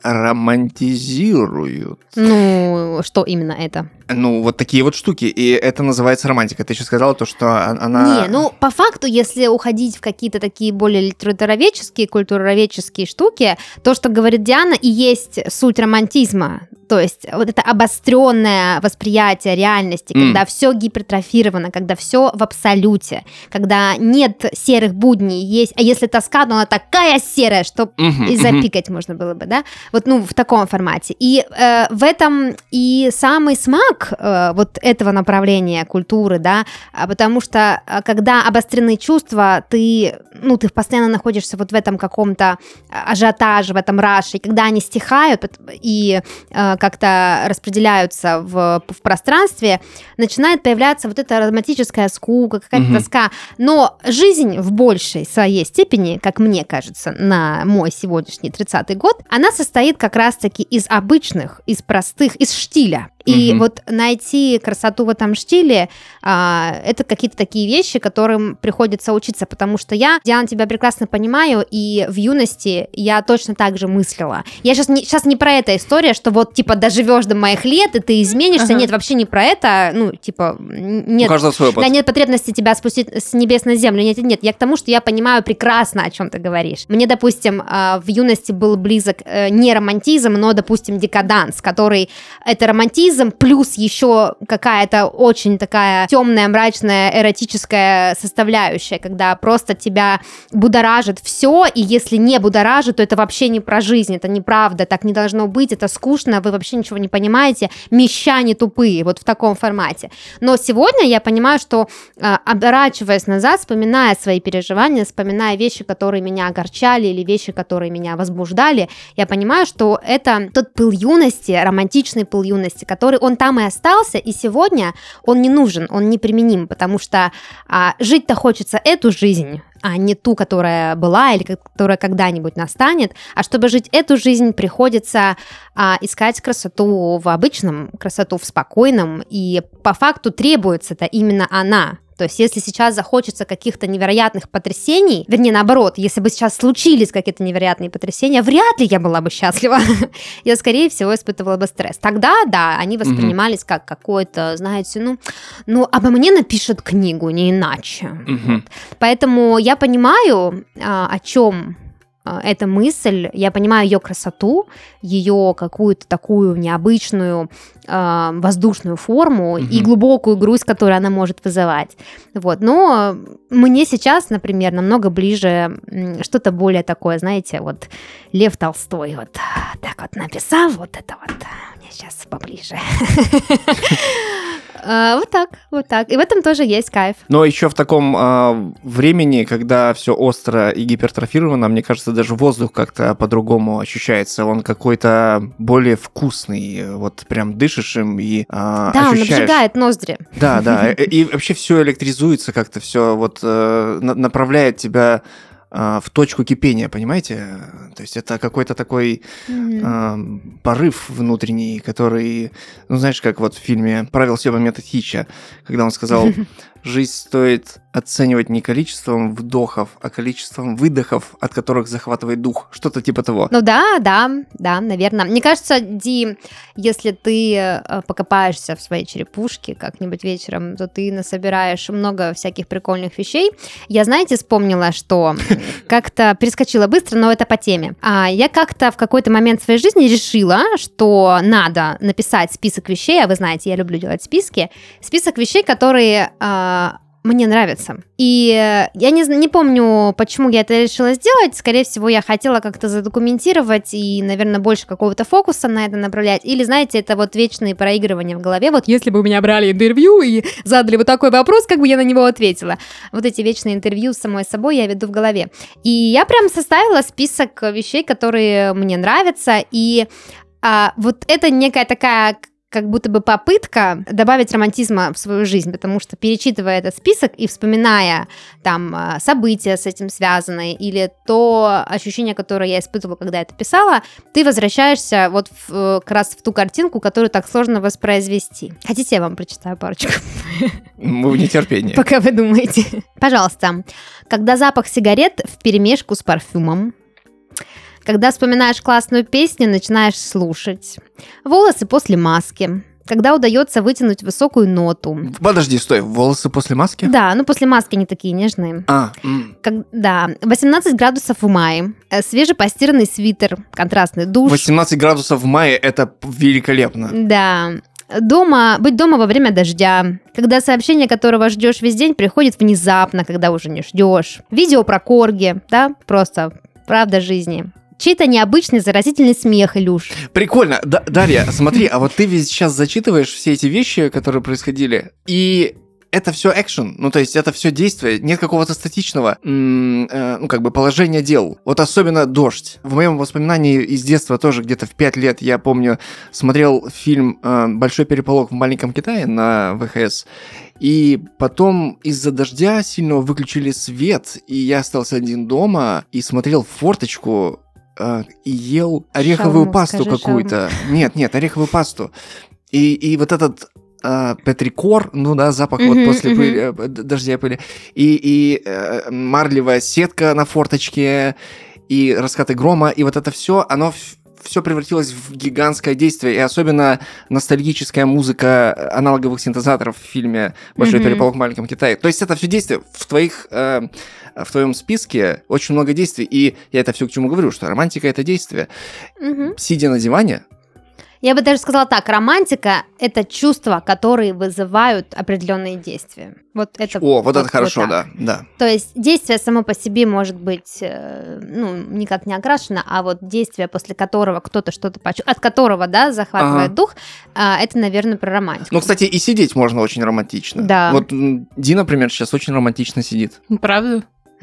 романтизируют. Ну, что именно это? Ну, вот такие вот штуки, и это называется романтика. Ты еще сказала то, что она... Не, ну, по факту, если уходить в какие-то такие более литературоведческие, культуроведческие штуки, то, что говорит Диана, и есть суть романтизма. То есть вот это обостренное восприятие реальности, mm. когда все гипертрофировано, когда все в абсолюте, когда нет серых будней, есть, а если тоска, то она такая серая, что mm-hmm, и запикать mm-hmm. можно было бы, да? Вот, ну, в таком формате. И э, в этом и самый смак э, вот этого направления культуры, да, потому что э, когда обострены чувства, ты, ну, ты постоянно находишься вот в этом каком-то ажиотаже, в этом раше, и когда они стихают и э, как-то распределяются в, в пространстве, начинает появляться вот эта романтическая скука, какая-то угу. тоска. Но жизнь в большей своей степени, как мне кажется, на мой сегодняшний тридцатый год, она состоит как раз-таки из обычных, из простых, из штиля. И угу. вот найти красоту в этом штиле, а, это какие-то такие вещи, которым приходится учиться, потому что я, Диана, тебя прекрасно понимаю, и в юности я точно так же мыслила. Я сейчас не, сейчас не про это история, что вот, типа, доживешь до моих лет, и ты изменишься. Ага. Нет, вообще не про это. Ну, типа, нет. У каждого свой опыт. Да, нет потребности тебя спустить с небес на землю. Нет, нет, я к тому, что я понимаю прекрасно, о чем ты говоришь. Мне, допустим, в юности был близок не романтизм, но, допустим, декаданс, который это романтизм, плюс еще какая-то очень такая темная, мрачная, эротическая составляющая, когда просто тебя будоражит все, и если не будоражит, то это вообще не про жизнь, это неправда, так не должно быть, это скучно, вы вообще ничего не понимаете, мещане тупые, вот в таком формате. Но сегодня я понимаю, что, оборачиваясь назад, вспоминая свои переживания, вспоминая вещи, которые меня огорчали, или вещи, которые меня возбуждали, я понимаю, что это тот пыл юности, романтичный пыл юности, который он там и остался, и сегодня он не нужен, он неприменим, потому что а, жить-то хочется эту жизнь, а не ту, которая была или которая когда-нибудь настанет. А чтобы жить эту жизнь, приходится а, искать красоту в обычном, красоту в спокойном, и по факту требуется-то именно она. То есть, если сейчас захочется каких-то невероятных потрясений, вернее, наоборот, если бы сейчас случились какие-то невероятные потрясения, вряд ли я была бы счастлива. Я, скорее всего, испытывала бы стресс. Тогда, да, они воспринимались mm-hmm. как какое-то, знаете, ну, ну, обо мне напишут книгу, не иначе. Mm-hmm. Вот. Поэтому я понимаю, о чем эта мысль, я понимаю ее красоту, ее какую-то такую необычную э, воздушную форму mm-hmm. и глубокую грусть, которую она может вызывать. Вот. Но мне сейчас, например, намного ближе что-то более такое, знаете, вот Лев Толстой вот так вот написал, вот это вот мне сейчас поближе. Вот так, вот так. И в этом тоже есть кайф. Но еще в таком э, времени, когда все остро и гипертрофировано, мне кажется, даже воздух как-то по-другому ощущается. Он какой-то более вкусный. Вот прям дышишь им и э, да, ощущаешь... он обжигает ноздри. Да, да. И вообще все электризуется как-то, все вот э, направляет тебя в точку кипения, понимаете? То есть это какой-то такой mm-hmm. э, порыв внутренний, который, ну, знаешь, как вот в фильме «Правил Сёма метод Хитча», когда он сказал, жизнь стоит оценивать не количеством вдохов, а количеством выдохов, от которых захватывает дух. Что-то типа того. Ну да, да, да, наверное. Мне кажется, Ди, если ты покопаешься в своей черепушке как-нибудь вечером, то ты насобираешь много всяких прикольных вещей. Я, знаете, вспомнила, что как-то перескочила быстро, но это по теме. А я как-то в какой-то момент своей жизни решила, что надо написать список вещей, а вы знаете, я люблю делать списки, список вещей, которые мне нравится. И я не, не помню, почему я это решила сделать. Скорее всего, я хотела как-то задокументировать и, наверное, больше какого-то фокуса на это направлять. Или, знаете, это вот вечные проигрывания в голове. Вот если бы у меня брали интервью и задали вот такой вопрос, как бы я на него ответила. Вот эти вечные интервью с самой собой я веду в голове. И я прям составила список вещей, которые мне нравятся. И а, вот это некая такая... как будто бы попытка добавить романтизма в свою жизнь, потому что, перечитывая этот список и вспоминая там события с этим связанные или то ощущение, которое я испытывала, когда это писала, ты возвращаешься вот в, как раз в ту картинку, которую так сложно воспроизвести. Хотите, я вам прочитаю парочку? Мы в нетерпении. Пока вы думаете. Пожалуйста. Когда запах сигарет вперемешку с парфюмом. Когда вспоминаешь классную песню, начинаешь слушать. Волосы после маски. Когда удается вытянуть высокую ноту. Подожди, стой, волосы после маски? Да, ну после маски они такие нежные. А, м. как, да, восемнадцать градусов в мае. Свежепостиранный свитер, контрастный душ. восемнадцать градусов в мае, это великолепно. Да. Дома, быть дома во время дождя, когда сообщение, которого ждешь весь день, приходит внезапно, когда уже не ждешь. Видео про корги, да, просто правда жизни. Чей-то необычный заразительный смех, Илюш. Прикольно. Да, Дарья, смотри, а вот ты ведь сейчас зачитываешь все эти вещи, которые происходили, и это все экшен, ну то есть это все действие, нет какого-то статичного, м- э, ну как бы положения дел. Вот особенно «Дождь». В моем воспоминании из детства тоже где-то в пять лет, я помню, смотрел фильм э, «Большой переполох в маленьком Китае» на вэ ха эс, и потом из-за дождя сильно выключили свет, и я остался один дома и смотрел в форточку, и ел ореховую шаурму, пасту скажи, какую-то. Шаурму. Нет, нет, ореховую пасту. И, и вот этот э, петрикор, ну да, запах mm-hmm, вот после mm-hmm. пыли, дождя и пыли, и, и э, марлевая сетка на форточке, и раскаты грома, и вот это все, оно все превратилось в гигантское действие, и особенно ностальгическая музыка аналоговых синтезаторов в фильме «Большой mm-hmm. переполох в маленьком Китае». То есть это все действие в твоих... Э, в твоем списке очень много действий, и я это все к чему говорю, что романтика — это действие. Угу. Сидя на диване... Я бы даже сказала так, романтика — это чувства, которые вызывают определенные действия. Вот это, О, вот, вот это вот хорошо, вот да, да. То есть действие само по себе может быть, ну, никак не окрашено, а вот действие, после которого кто-то что-то почувствует, от которого, да, захватывает ага. дух, это, наверное, про романтику. Ну, кстати, и сидеть можно очень романтично. Да. Вот Ди, например, сейчас очень романтично сидит. Правда?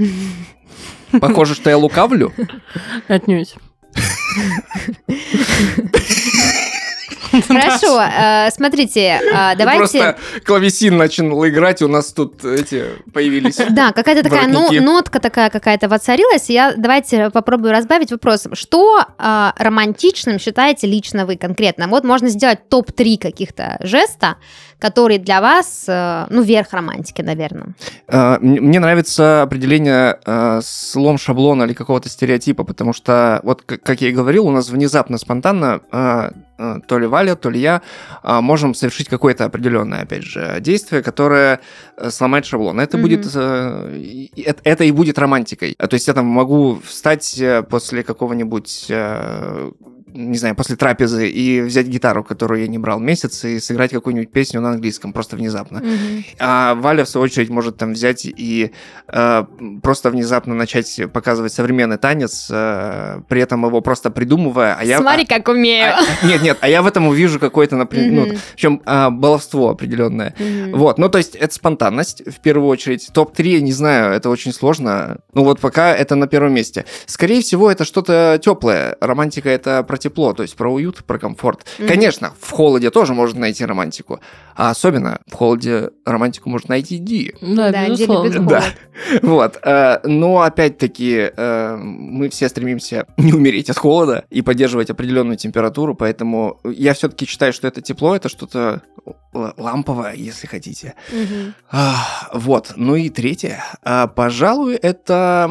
Похоже, что я лукавлю. Отнюдь. Хорошо, э, смотрите, э, давайте... Просто клавесин начал играть, у нас тут эти появились. Да, какая-то такая но, нотка такая какая-то воцарилась. Я давайте попробую разбавить вопрос. Что э, романтичным считаете лично вы конкретно? Вот можно сделать топ три каких-то жеста, которые для вас, э, ну, верх романтики, наверное. Э, мне нравится определение э, слом шаблона или какого-то стереотипа, потому что, вот как я и говорил, у нас внезапно, спонтанно э, э, то ли Валя, то ли я э, можем совершить какое-то определенное, опять же, действие, которое э, сломает шаблон. Это mm-hmm. будет, э, это, это и будет романтикой. То есть я там могу встать после какого-нибудь... Э, не знаю, после трапезы и взять гитару, которую я не брал месяц, и сыграть какую-нибудь песню на английском, просто внезапно. Mm-hmm. А Валя, в свою очередь, может там взять и э, просто внезапно начать показывать современный танец, э, при этом его просто придумывая. А я, Смотри, а, как умею. А, нет, нет, а я в этом увижу какое-то, например, mm-hmm. ну, в чем а, баловство определенное. Mm-hmm. Вот, ну, то есть это спонтанность, в первую очередь. топ три, не знаю, это очень сложно. Ну, вот пока это на первом месте. Скорее всего, это что-то теплое. Романтика — это про тепло, то есть про уют, про комфорт. Mm-hmm. Конечно, в холоде тоже можно найти романтику, а особенно в холоде романтику можно найти Ди. Да, да, безусловно. Да. Вот. Но опять-таки мы все стремимся не умереть от холода и поддерживать определенную температуру, поэтому я все-таки считаю, что это тепло, это что-то ламповое, если хотите. Mm-hmm. Вот. Ну и третье. Пожалуй, это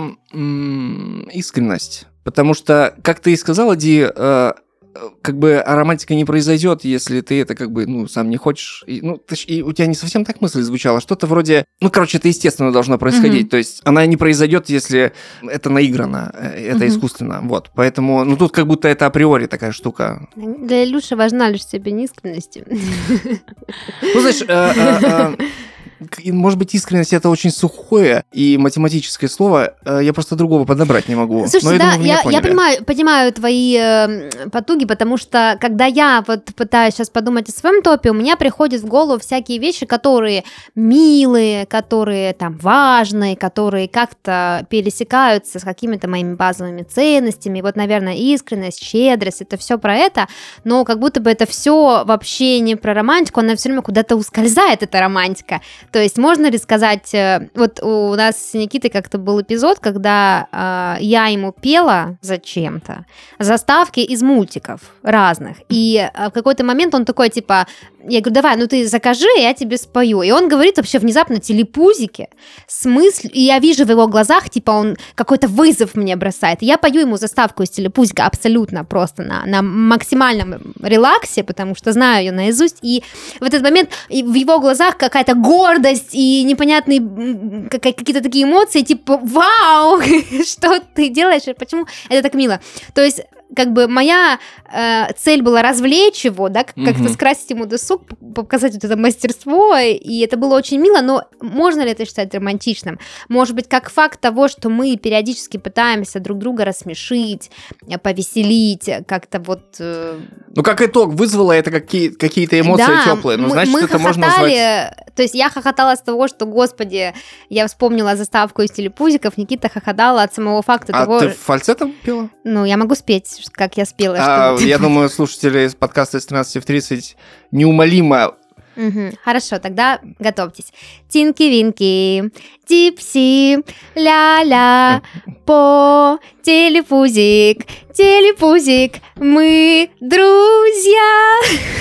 искренность. Потому что, как ты и сказала, Ди, э, как бы романтика не произойдет, если ты это как бы, ну, сам не хочешь. И, ну, и у тебя не совсем так мысль звучала. Что-то вроде... Ну, короче, это естественно должно происходить. Mm-hmm. То есть она не произойдет, если это наиграно, это mm-hmm. искусственно. Вот. Поэтому, ну, тут как будто это априори такая штука. Для Илюши важна лишь степень искренности. Ну, знаешь... Может быть, искренность — это очень сухое и математическое слово, я просто другого подобрать не могу. Слушайте, но, я да, думаю, я, я понимаю, понимаю твои э, потуги, потому что, когда я вот пытаюсь сейчас подумать о своем топе, у меня приходят в голову всякие вещи, которые милые, которые там важные, которые как-то пересекаются с какими-то моими базовыми ценностями. Вот, наверное, искренность, щедрость — это все про это, но как будто бы это все вообще не про романтику, она все время куда-то ускользает, эта романтика. То есть можно ли сказать, вот у нас с Никитой как-то был эпизод, когда э, я ему пела зачем-то заставки из мультиков разных, и э, в какой-то момент он такой, типа, я говорю, давай, ну ты закажи, я тебе спою. И он говорит вообще внезапно телепузики, смысл, и я вижу в его глазах, типа, он какой-то вызов мне бросает. И я пою ему заставку из телепузика абсолютно просто на, на максимальном релаксе, потому что знаю ее наизусть, и в этот момент в его глазах какая-то гордость и непонятные какие-то такие эмоции, типа, вау, что ты делаешь, и почему это так мило. То есть, как бы моя э, цель была развлечь его, да, как- mm-hmm. как-то скрасить ему досуг, показать вот это мастерство, и это было очень мило, но можно ли это считать романтичным? Может быть, как факт того, что мы периодически пытаемся друг друга рассмешить, повеселить, как-то вот... Э... Ну, как итог, вызвало это какие- какие-то эмоции да, теплые, ну, мы, значит, мы это хохотали, можно назвать... То есть я хохотала с того, что, господи, я вспомнила заставку из телепузиков, Никита хохотала от самого факта а того... А ты фальцетом пела? Ну, я могу спеть, как я спела. А, что я думаю, слушатели из подкаста с тринадцати в тридцать неумолимо... Угу. Хорошо, тогда готовьтесь. Тинки-винки, типси, ля-ля, по, телепузик, телепузик, мы друзья.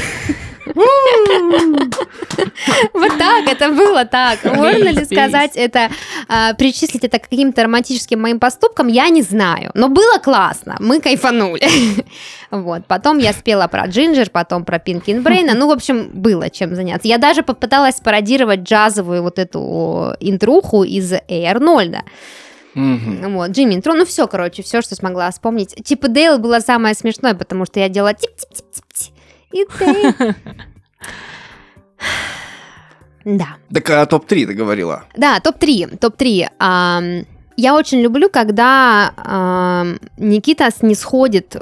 Вот так, это было так. Можно ли сказать это, причислить это к каким-то романтическим моим поступкам, я не знаю. Но было классно, мы кайфанули. Вот. Потом я спела про Джинджер, потом про Пинкин Брейна. Ну, в общем, было чем заняться. Я даже попыталась пародировать джазовую вот эту интруху из Эй Арнольда. Mm-hmm. Вот, Джимми Интро, ну все, короче, все, что смогла вспомнить. Чип и Дейл было самое смешное, потому что я делала тип-тип-тип-тип. И ты... Да. Так а топ три ты говорила? Да, топ три. Топ три. А, Я очень люблю, когда э, Никита снисходит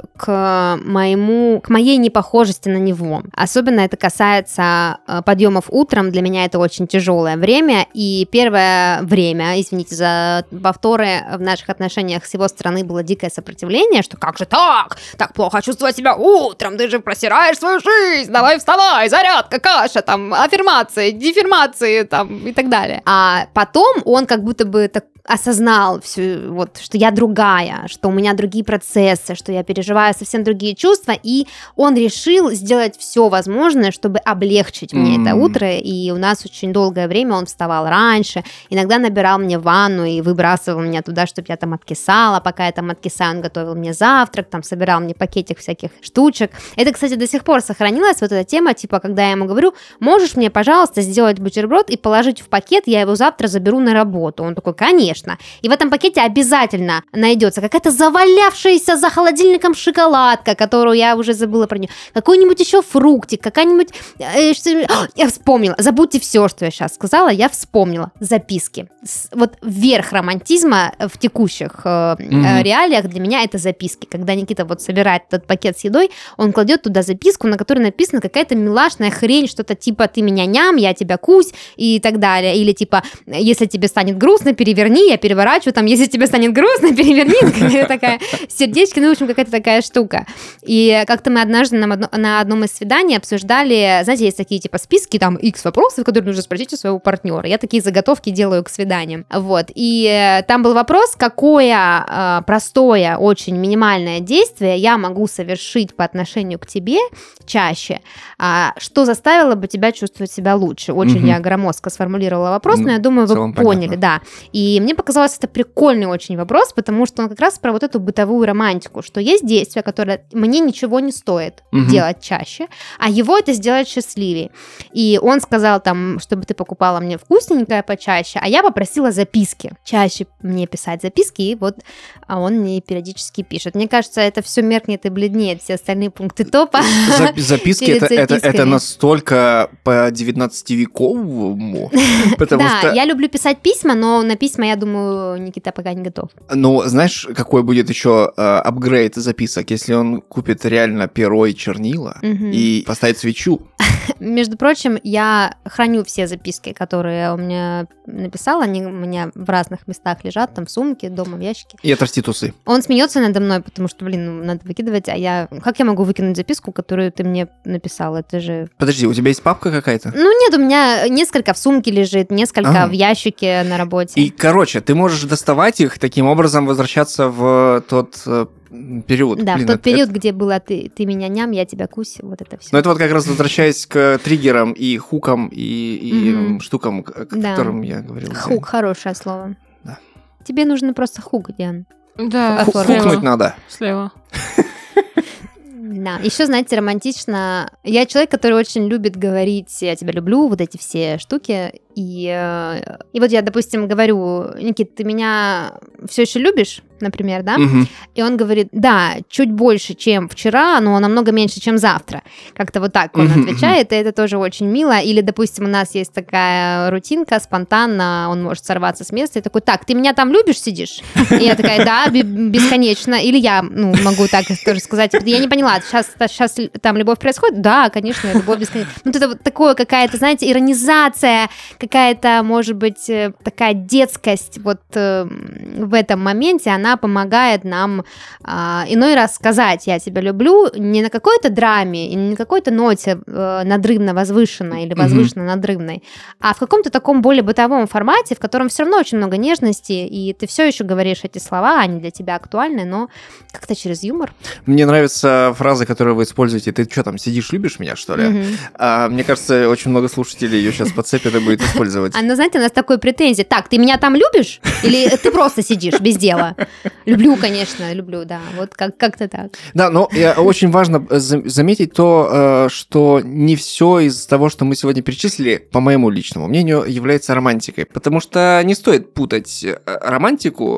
к моему, к моей непохожести на него. Особенно это касается э, подъемов утром. Для меня это очень тяжелое время. И первое время, извините за повторы, в наших отношениях с его стороны было дикое сопротивление, что как же так? Так плохо чувствовать себя утром, ты же просираешь свою жизнь, давай вставай, зарядка, каша, там, аффирмации, дефирмации, там, и так далее. А потом он как будто бы так осознал всю, вот, что я другая, что у меня другие процессы, что я переживаю совсем другие чувства, и он решил сделать все возможное, чтобы облегчить мне mm-hmm. это утро, и у нас очень долгое время он вставал раньше, иногда набирал мне ванну и выбрасывал меня туда, чтобы я там откисала, пока я там откисаю, он готовил мне завтрак, там собирал мне пакетик всяких штучек. Это, кстати, до сих пор сохранилась вот эта тема, типа, когда я ему говорю, можешь мне, пожалуйста, сделать бутерброд и положить в пакет, я его завтра заберу на работу. Он такой, конечно. И в этом пакете обязательно найдется какая-то завалявшаяся за холодильником шоколадка, которую я уже забыла про нее, какой-нибудь еще фруктик, какая-нибудь... Э, что... Я вспомнила. Забудьте все, что я сейчас сказала, я вспомнила. Записки. Вот верх романтизма в текущих э, mm-hmm. реалиях для меня это записки. Когда Никита вот собирает этот пакет с едой, он кладет туда записку, на которой написана какая-то милашная хрень, что-то типа «ты меня ням, я тебя кусь» и так далее. Или типа «если тебе станет грустно, переверни», я переворачиваю, там, если тебе станет грустно, переверни, такая сердечки, ну, в общем, какая-то такая штука. И как-то мы однажды на, одно, на одном из свиданий обсуждали, знаете, есть такие, типа, списки, там, X вопросов, которые нужно спросить у своего партнера. Я такие заготовки делаю к свиданиям. Вот. И там был вопрос, какое э, простое, очень минимальное действие я могу совершить по отношению к тебе чаще, э, что заставило бы тебя чувствовать себя лучше. Очень mm-hmm. я громоздко сформулировала вопрос, но я думаю, вы поняли, понятно. Да. И мне показалось, это прикольный очень вопрос, потому что он как раз про вот эту бытовую романтику, что есть действия, которые мне ничего не стоит угу. делать чаще, а его это сделать счастливее. И он сказал там, чтобы ты покупала мне вкусненькое почаще, а я попросила записки. Чаще мне писать записки, и вот а он мне периодически пишет. Мне кажется, это все меркнет и бледнеет, все остальные пункты топа. Записки это настолько по девятнадцативековому. Да, я люблю писать письма, но на письма, я думаю, Никита пока не готов. Ну, знаешь, какой будет еще э, апгрейд записок, если он купит реально перо и чернила угу. и поставит свечу? Между прочим, я храню все записки, которые он мне написал, они у меня в разных местах лежат, там в сумке, дома, в ящике. И это раститусы. Он смеется надо мной, потому что, блин, ну, надо выкидывать, а я... Как я могу выкинуть записку, которую ты мне написал? Это же... Подожди, у тебя есть папка какая-то? Ну, нет, у меня несколько в сумке лежит, несколько ага. в ящике на работе. И, короче, ты можешь доставать их, таким образом возвращаться в тот... период. Да, Блин, в тот это, период, это... где было ты, ты меня ням, я тебя кусь, вот это все. Ну, это вот как раз возвращаясь к триггерам и хукам, и, и mm-hmm. штукам, к да. которым я говорил. Хук, хорошее слово. Да. Тебе нужно просто хук, Диан. Да, хукнуть надо. Слева. Да, еще, знаете, романтично. Я человек, который очень любит говорить «я тебя люблю», вот эти все штуки. И, и вот я, допустим, говорю: Никит, ты меня все еще любишь? Например, да? Угу. И он говорит: да, чуть больше, чем вчера, но намного меньше, чем завтра. Как-то вот так он угу. отвечает, и это тоже очень мило. Или, допустим, у нас есть такая рутинка, спонтанно он может сорваться с места и такой: так, ты меня там любишь, сидишь? И я такая: да, бесконечно. Или я, ну, могу так тоже сказать. Я не поняла, сейчас, сейчас там любовь происходит? Да, конечно, любовь бесконечна. Ну, это вот такое какая-то, знаете, иронизация, какая-то, может быть, такая детскость вот э, в этом моменте, она помогает нам э, иной раз сказать «я тебя люблю» не на какой-то драме, не на какой-то ноте э, надрывно-возвышенной или возвышенно-надрывной, а в каком-то таком более бытовом формате, в котором все равно очень много нежности, и ты все еще говоришь эти слова, они для тебя актуальны, но как-то через юмор. Мне нравится фраза, которую вы используете: ты что там, сидишь, любишь меня, что ли? Mm-hmm. А, мне кажется, очень много слушателей ее сейчас подцепят и будет использовать. Она, знаете, у нас такой претензии: так, ты меня там любишь? Или ты просто сидишь без дела? Люблю, конечно, люблю, да, вот как- как-то так. Да, но очень важно заметить то, что не все из того, что мы сегодня перечислили, по моему личному мнению, является романтикой, потому что не стоит путать романтику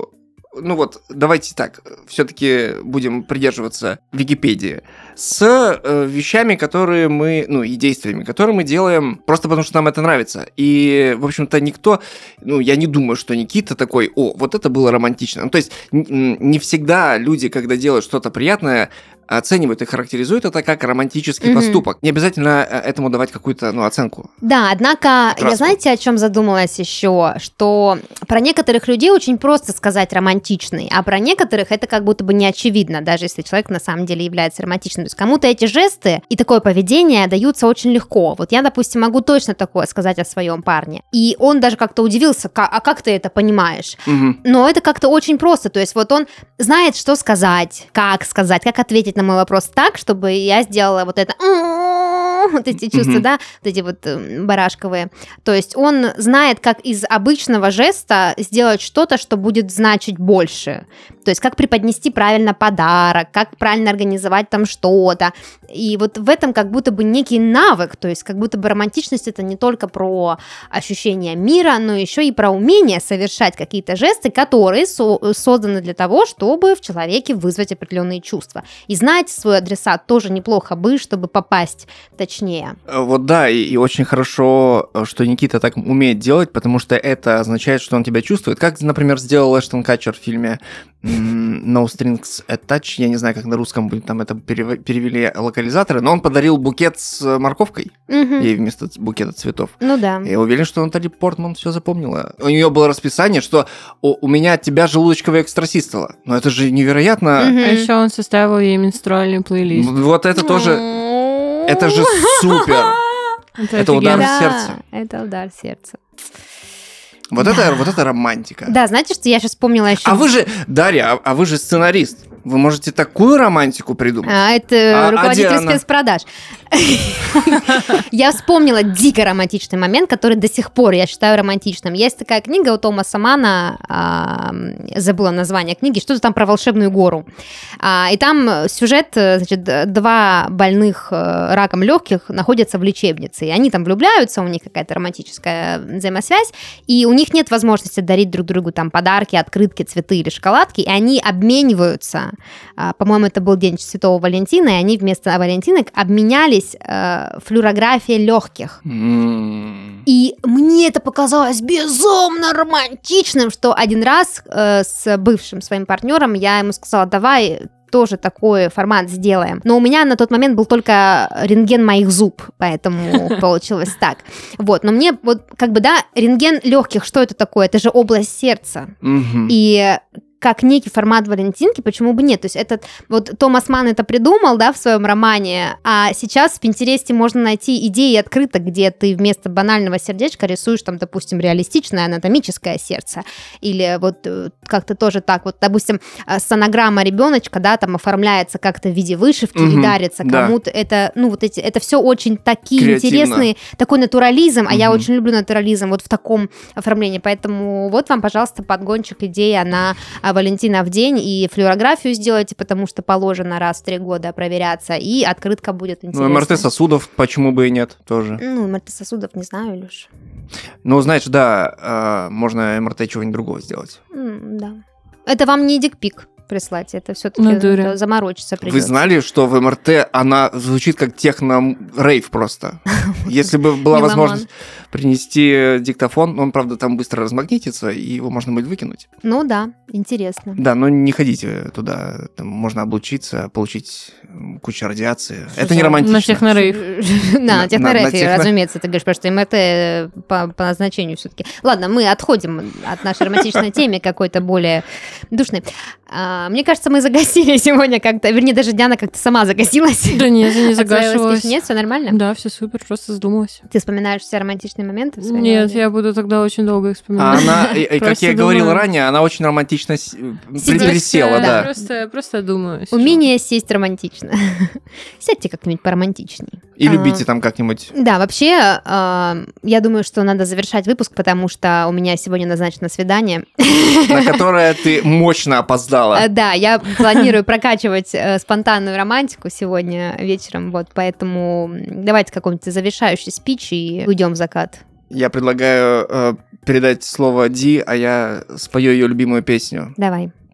ну вот, давайте так, все-таки будем придерживаться Википедии, с э, вещами, которые мы, ну и действиями, которые мы делаем просто потому, что нам это нравится. И, в общем-то, никто, ну, я не думаю, что Никита такой, о, вот это было романтично. Ну, то есть не всегда люди, когда делают что-то приятное, оценивают и характеризуют это как романтический mm-hmm. поступок. Не обязательно этому давать какую-то, ну, оценку. Да, однако, Краску. Я знаете, о чем задумалась еще? Что про некоторых людей очень просто сказать романтичный, а про некоторых это как будто бы не очевидно, даже если человек на самом деле является романтичным. То есть кому-то эти жесты и такое поведение даются очень легко. Вот я, допустим, могу точно такое сказать о своем парне. И он даже как-то удивился, а как ты это понимаешь? Mm-hmm. Но это как-то очень просто. То есть вот он знает, что сказать, как сказать, как ответить на мой вопрос так, чтобы я сделала вот это, вот эти чувства, mm-hmm. да, вот эти вот барашковые. То есть он знает, как из обычного жеста сделать что-то, что будет значить больше. То есть как преподнести правильно подарок, как правильно организовать там что-то. И вот в этом как будто бы некий навык, то есть как будто бы романтичность это не только про ощущение мира, но еще и про умение совершать какие-то жесты, которые со- созданы для того, чтобы в человеке вызвать определенные чувства. И знать свой адресат тоже неплохо бы, чтобы попасть точнее. Вот да, и, и очень хорошо, что Никита так умеет делать, потому что это означает, что он тебя чувствует. Как, например, сделал Эштон Катчер в фильме No Strings Attached, я не знаю, как на русском будет там это перевели локализаторы, но он подарил букет с морковкой Угу. ей вместо букета цветов. Ну да. Я уверен, что Натали Портман все запомнила. У нее было расписание, что у, у меня от тебя желудочковая экстрасистола. Но это же невероятно. Угу. А еще он составил ей менструальный плейлист. Вот это тоже... Это же супер! Это, это удар Да, в сердце. это удар в сердце. Вот, Да. это, вот это романтика. Да, знаете, что я сейчас вспомнила еще? А вы же, Дарья, а, а вы же сценарист. Вы можете такую романтику придумать? А, это А- а руководитель Диана? спецпродаж. Я вспомнила дико романтичный момент, который до сих пор я считаю романтичным. Есть такая книга у Томаса Манна, а, забыла название книги, что-то там про волшебную гору. А, и там сюжет, значит, два больных э, раком легких находятся в лечебнице, и они там влюбляются, у них какая-то романтическая взаимосвязь, и у них нет возможности дарить друг другу там подарки, открытки, цветы или шоколадки, и они обмениваются. А, по-моему, это был день Святого Валентина, и они вместо валентинок обменялись э, флюорографией легких. М. И мне это показалось безумно романтичным, что один раз э, с бывшим своим партнером я ему сказала, давай тоже такой формат сделаем. Но у меня на тот момент был только рентген моих зуб, поэтому получилось так. Вот, но мне вот как бы, да, рентген легких, что это такое? Это же область сердца. Мгм. И как некий формат валентинки, почему бы нет? То есть этот, вот Томас Манн это придумал, да, в своем романе, а сейчас в Пинтересте можно найти идеи открыток, где ты вместо банального сердечка рисуешь там, допустим, реалистичное анатомическое сердце, или вот э, как-то тоже так, вот, допустим, э, сонограмма ребеночка, да, там оформляется как-то в виде вышивки и Мгм, дарится да. кому-то, это, ну, вот эти, это все очень такие Креативно. интересные, такой натурализм, а я Мгм. очень люблю натурализм вот в таком оформлении, поэтому вот вам, пожалуйста, подгончик, идея на а, Валентина в день, и флюорографию сделайте, потому что положено раз в три года проверяться, и открытка будет интересная. Ну, МРТ сосудов, почему бы и нет, тоже. Ну, МРТ сосудов не знаю, Илюш. Ну, знаешь, да, э, можно МРТ чего-нибудь другого сделать. М, да. Это вам не дикпик прислать, это все-таки Натуре. заморочиться придется. Вы знали, что в МРТ она звучит как техно-рейв просто? Если бы была Меломан. возможность принести диктофон, он, правда, там быстро размагнитится, и его можно будет выкинуть. Ну да, интересно. Да, но не ходите туда, там можно облучиться, получить м, кучу радиации. Это не На романтично. технорейв. Да, На- на технорефе, на техно- разумеется, ты говоришь, потому что МРТ по, по назначению все-таки. Ладно, мы отходим от нашей романтичной темы какой-то более душной. А, мне кажется, мы загасили сегодня как-то, вернее, даже Диана как-то сама загасилась. Да нет, я не От своего загашивалась. спича. Нет, все нормально? Да, все супер, просто задумалась. Ты вспоминаешь все романтичные моменты в своей Нет, голове? я буду тогда очень долго их А вспоминать. она, и- и как Просто я говорил думаю. ранее, она очень романтично с- Сидишь, присела, да. да. Просто, просто думаю. сижу. Умение сесть романтично. Сядьте как-нибудь поромантичней. И А, любите там как-нибудь. Да, вообще, э, я думаю, что надо завершать выпуск, потому что у меня сегодня назначено свидание. На которое ты мощно опоздала. Э, Да, я планирую прокачивать э, спонтанную романтику сегодня вечером, вот, поэтому давайте какой-нибудь завершающий спич и уйдем в закат. Я предлагаю э, передать слово Ди, а я спою ее любимую песню. Давай.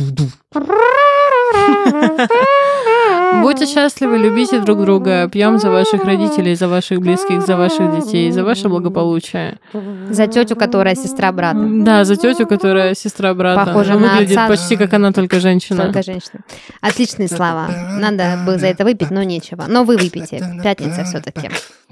Будьте счастливы, любите друг друга, пьем за ваших родителей, за ваших близких, за ваших детей, за ваше благополучие. За тетю, которая сестра брата. Да, за тетю, которая сестра брата. Похожа она на выглядит отца. почти как она, только женщина. Только женщина. Отличные слова. Надо бы за это выпить, но нечего. Но вы выпейте. Пятница все-таки.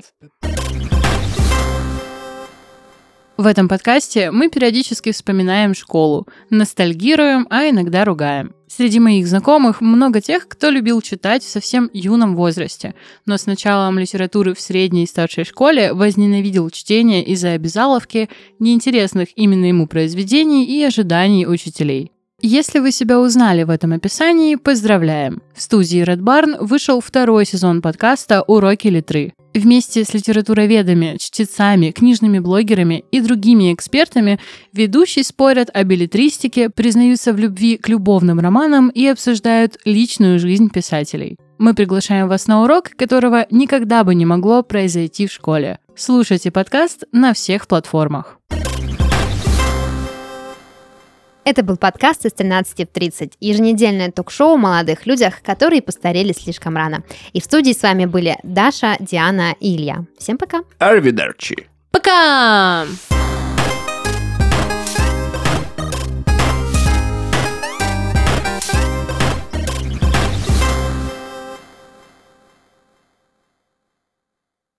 В этом подкасте мы периодически вспоминаем школу, ностальгируем, а иногда ругаем. Среди моих знакомых много тех, кто любил читать в совсем юном возрасте, но с началом литературы в средней и старшей школе возненавидел чтение из-за обязаловки, неинтересных именно ему произведений и ожиданий учителей. Если вы себя узнали в этом описании, поздравляем! В студии Red Barn вышел второй сезон подкаста «Уроки литры». Вместе с литературоведами, чтецами, книжными блогерами и другими экспертами ведущие спорят о беллетристике, признаются в любви к любовным романам и обсуждают личную жизнь писателей. Мы приглашаем вас на урок, которого никогда бы не могло произойти в школе. Слушайте подкаст на всех платформах. Это был подкаст из тринадцати в тридцать, еженедельное ток-шоу о молодых людях, которые постарели слишком рано. И в студии с вами были Даша, Диана и Илья. Всем пока! Arrivederci. Пока!